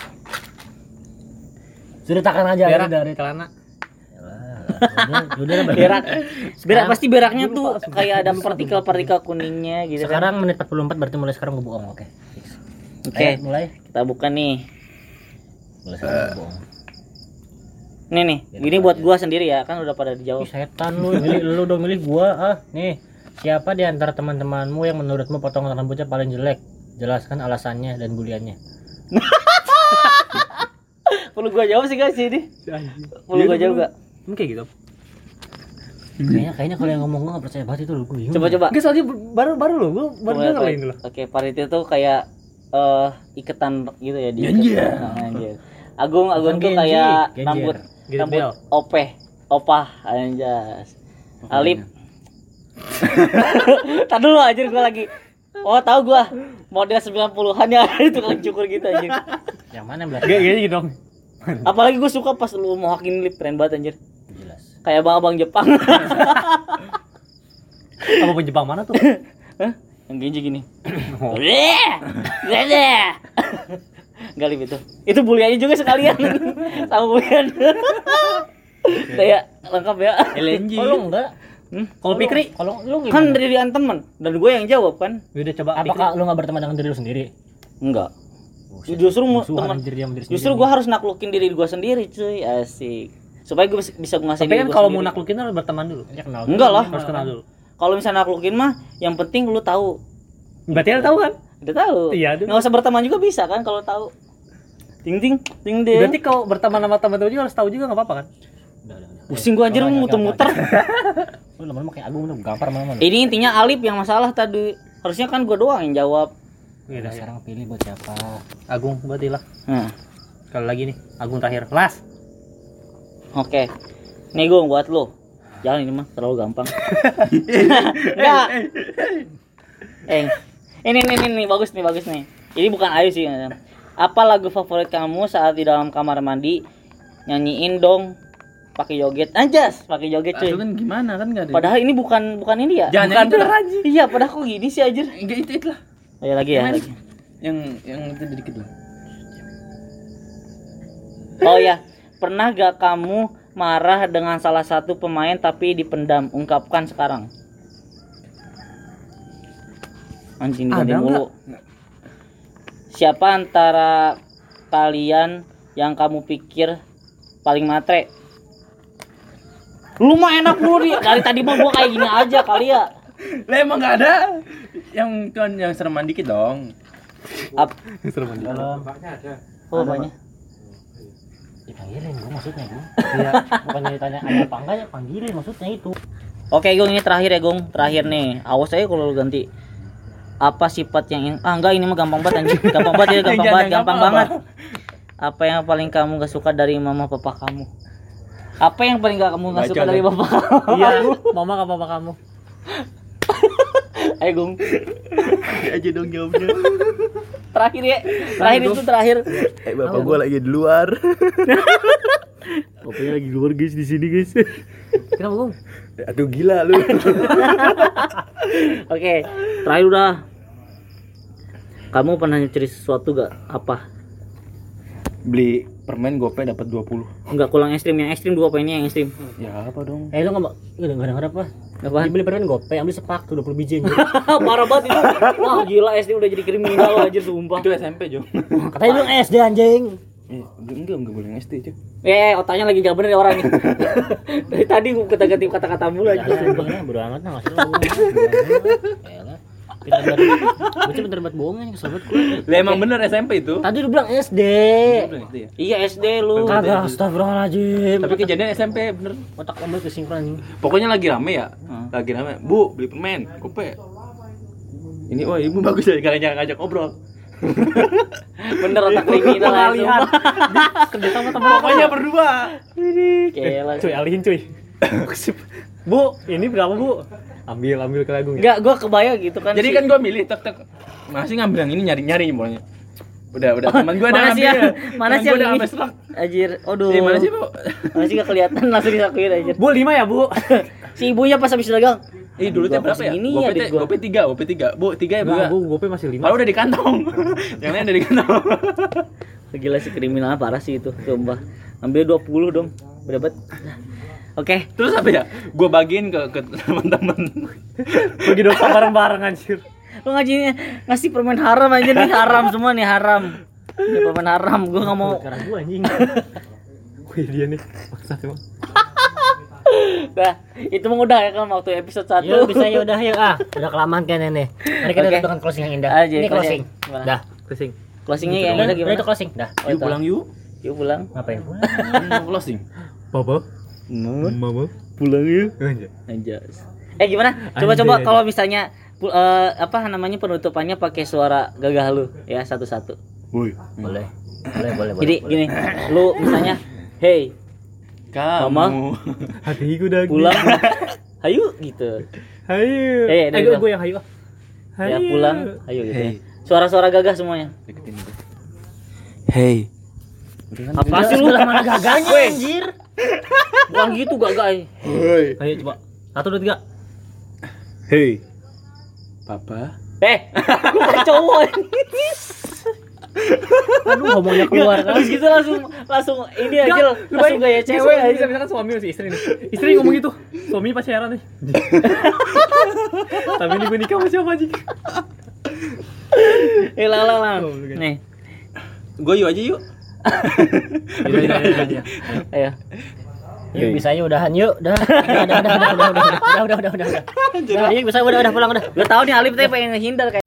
Ceritakan aja
Berak,
dari
celana.
udah udah lah,
Berak. Berak pasti beraknya
Gua
tuh
lupa, sumpah.
kayak ada partikel-partikel kuningnya gitu kan.
Sekarang menit empat puluh empat berarti mulai sekarang gua bohong, oke.
Oke,
Ayo, mulai.
kita buka nih.
Mulai sekarang gua bohong.
Nih nih, ini buat gua sendiri ya, kan udah pada dijawab.
Ih, setan lu, milih lu dong milih gua ah. Nih, siapa di antara teman-temanmu yang menurutmu potongan rambutnya paling jelek? Jelaskan alasannya dan buliannya.
Perlu gua jawab sih guys ini. Perlu gua jawab gak?
Emang kayak gitu.
Kayaknya kayaknya kalau yang ngomong gua enggak percaya banget itu lu, gua bingung.
Coba coba.
Enggak soalnya baru baru lo, gua baru
Coba,
denger
coba.
ini loh.
Oke, parit itu kayak eh iketan gitu ya di.
Anjir.
Nah, anjir. Agung Agung tuh
Genji,
kayak
Genjir.
rambut
Genjir
rambut
Bel.
opeh, opah anjas. Alip. Tadi dulu anjir gua lagi. Oh, tahu gua. Model sembilan puluhan ya itu kan cukur gitu anjir.
Yang mana yang belakang?
Enggak gini dong.
Apalagi gua suka pas lu mau hakin lip keren banget anjir.
Jelas.
Kayak abang-abang Jepang.
Apa pun Jepang mana tuh?
Hah? Yang Genji gini. Weh! Weh! Enggak lip itu. Itu buliannya juga sekalian. Sama bulian. Kayak lengkap ya.
L N G.
Oh, lu enggak?
Hmm?
Kalau Pikri
Kalau lu
Kan
gimana?
dari teman dan gue yang jawab kan?
udah coba
Apakah lu enggak berteman dengan diri lu sendiri?
Enggak.
Buset,
Justru mu-
musuhan
teman
anjir dia sama diri
Justru
sendiri.
gue harus naklukin diri gue sendiri cuy. Asik. Supaya gue bisa- bisa ngasih
Tapi
diri
kan
gua
kalau mau
sendiri.
naklukin harus berteman dulu.
Ya, kenal.
Enggak lah.
Harus kenal dulu.
Kalau misalnya naklukin mah yang penting lu tahu.
Berarti lu tahu kan?
Udah tahu.
Iya, aduh.
Enggak usah berteman juga bisa kan kalau tahu. Ting ting ting deh.
Berarti kalau berteman sama teman-teman juga harus tahu juga enggak apa-apa kan?
Udah, udah, udah.
Pusing gue anjir
Oke, oke,
muter-muter.
oke, oke. Lu lama-lama kayak Agung tuh gampar mana-mana.
Ini intinya Alip yang masalah tadi. Harusnya kan gue doang yang jawab.
Iya,
Udah,
dah,
sekarang pilih buat siapa?
Agung berarti lah.
Nah,
Kalau lagi nih, Agung terakhir. Las.
oke. Nih gue buat lo. Jangan ini mah terlalu gampang. Enggak. Eh, ini ini ini nih bagus nih bagus nih. Ini bukan Ayu sih. Apa lagu favorit kamu saat di dalam kamar mandi? Nyanyiin dong. Pakai joget. Anjas, pakai joget cuy.
Itu kan gimana kan enggak ada.
Padahal ini bukan bukan ini ya.
Jangan
bukan
yang itu lah, Haji.
Iya, padahal kok gini sih anjir.
Enggak itu itu lah.
Ya lagi ya,
Yang
lagi.
Yang yang itu dikit lah.
Oh ya, pernah gak kamu marah dengan salah satu pemain tapi dipendam? Ungkapkan sekarang. Anjing diganti
Ada
mulu. Siapa antara kalian yang kamu pikir paling matre? Lu mah enak lu di dari tadi mah gua kayak gini aja kali ya.
Lah emang enggak ada. Yang kan yang sereman dikit dong.
Ap,
Kalau
oh banyak.
dipanggilin gua maksudnya gua. Iya, bukannya ditanya ada apa enggak ya panggilin maksudnya itu.
Oke, Gung, ini terakhir ya, Gung. Terakhir nih. Awas aja kalau lu ganti. Apa sifat yang ah enggak ini mah gampang banget anjing. Gampang banget ya, gampang
Jangan
banget,
gampang
gampang
apa?
banget. Apa yang paling kamu gak suka dari mama papa kamu? Apa yang paling gak kamu gak
Baca
suka dari
dong.
bapak kamu?
Iya, mama apa papa kamu?
Ayo, Gung.
aja dong jawabnya.
Terakhir ya. Terakhir itu terakhir.
Eh bapak gua lagi di luar.
Bapaknya lagi keluar guys di sini guys.
Kenapa, Gung?
Aduh gila lu.
Oke, terakhir udah. Kamu pernah nyuri sesuatu gak? Apa?
Beli permen gope dapat dua puluh.
Enggak kurang ekstrim, yang ekstrim dua apa ini yang ekstrim?
Ya apa dong?
Eh lu enggak enggak enggak enggak apa?
Apaan?
Dibeli permen gope, ambil sepak tuh dua puluh biji anjir.
Parah banget itu. Wah, gila S D udah jadi kriminal aja sumpah.
Itu S M P, Jo.
Katanya lu S D anjing.
Eh, enggak enggak boleh S D, Jo.
Eh, otaknya lagi gak bener ya orangnya. Dari tadi gua kata-ganti kata-kata mulu aja.
Jangan bodo amat nah ngasih lu. Elah. Pintar banget. Bocah pintar banget bohongnya kesel banget gua.
Lah emang bener S M P itu.
Tadi lu bilang S D.
Bener S D ya.
Iya S D lu.
Kagak, astagfirullahaladzim.
Tapi kejadian S M P bener.
otak kamu kesinkron anjing.
Pokoknya lagi rame ya.
Hmm.
Lagi rame. Bu, beli permen gope. Ini wah, ibu bagus ya ngajak-ngajak ngobrol.
Bener otak kriminal
Pengalihan.
langsung.
Kerja sama teman
Pokoknya berdua.
Gila.
Cuy, alihin cuy. Bu, ini berapa, Bu? Ambil, ambil ke Agung.
Enggak, gua kebayang gitu kan.
Jadi
si-
kan gua milih tek tek. Masih ngambil yang ini nyari-nyari pokoknya. Udah, udah teman gua ada
mana sih
ngambil.
yang mana sih yang
udah
ini?
ngambil serak.
Anjir, aduh.
Eh, mana sih, Bu?
Mana sih gak kelihatan langsung disakuin anjir.
Bu, lima ya, Bu?
Si ibunya pas habis dagang.
Eh, dulu teh berapa ya?
Segini
Gope
ya,
teh,
duit gua.
gope tiga, gope tiga. Bu, tiga ya, Bu.
Enggak, Bu, gope masih lima.
Kalau udah di kantong. Yang lain udah di kantong.
Gila sih kriminal parah sih itu, sumpah. Ambil dua puluh dong. Berapa? Oke.
Terus apa ya? Gua bagiin ke ke teman-teman.
Pergi dong bareng-bareng anjir.
Lu ngajinya ngasih permen haram aja nih, haram semua nih, haram. Ini permen haram, gua enggak mau.
Sekarang gua anjing.
Wih, dia nih. Maksud emang.
Nah, itu mah udah ya kan waktu episode satu.
Ya bisa ya udah ya ah, udah kelamaan kan ini. Mari kita
Oke.
lakukan closing yang indah.
Aja,
Ini closing.
Gimana?
Dah.
Pusing.
Closingnya yang
Udah,
udah
udah
gimana?
itu closing. Dah.
Oh,
Yuk
itu.
pulang yuk.
Yuk pulang.
Ngapain pulang?
Kan closing.
Papa,
Nun.
mama.
Pulang yuk. Anjas. Eh gimana? Coba-coba
Anjay.
kalau misalnya pu- eh, apa namanya penutupannya pakai suara gagah lu ya satu-satu.
Woi.
Boleh. Boleh, boleh, boleh.
Jadi gini, lu misalnya, hey,
Kamu.
Mama.
Hatiku udah
pulang. Hayu gitu.
Hayu.
Eh,
Eh,
dari
gue
gua.
gue yang hayu.
Ya pulang, hayu gitu.
Hey.
Ya. Suara-suara gagah semuanya.
Deketin itu.
Hey.
Apa sih lu?
Sebelah mana gagahnya anjir?
Bukan gitu gagah.
Woi.
Ayo coba. Satu dua tiga.
Hey. Papa.
Eh, gua kan cowok ini.
Aduh, ngomongnya keluar kan.
Terus gitu langsung langsung ini aja langsung gaya cewek
aja.
aja.
Misalkan suami si istri nih. Istri ngomong gitu. Suami pacaran nih. Tapi ini gue nikah sama siapa aja?
Eh lah lah lah. Nih,
Gue yuk aja yuk.
Iya iya iya iya.
ayo.
Yuk, bisa yuk udahan yuk. Udah. Udah, udah, udah, udah, udah, udah, udah, udah, udah, udah, udah. Udah, yuk, bisa udah, udah pulang udah.
Gue tahu nih Alif teh pengen ngehindar kayak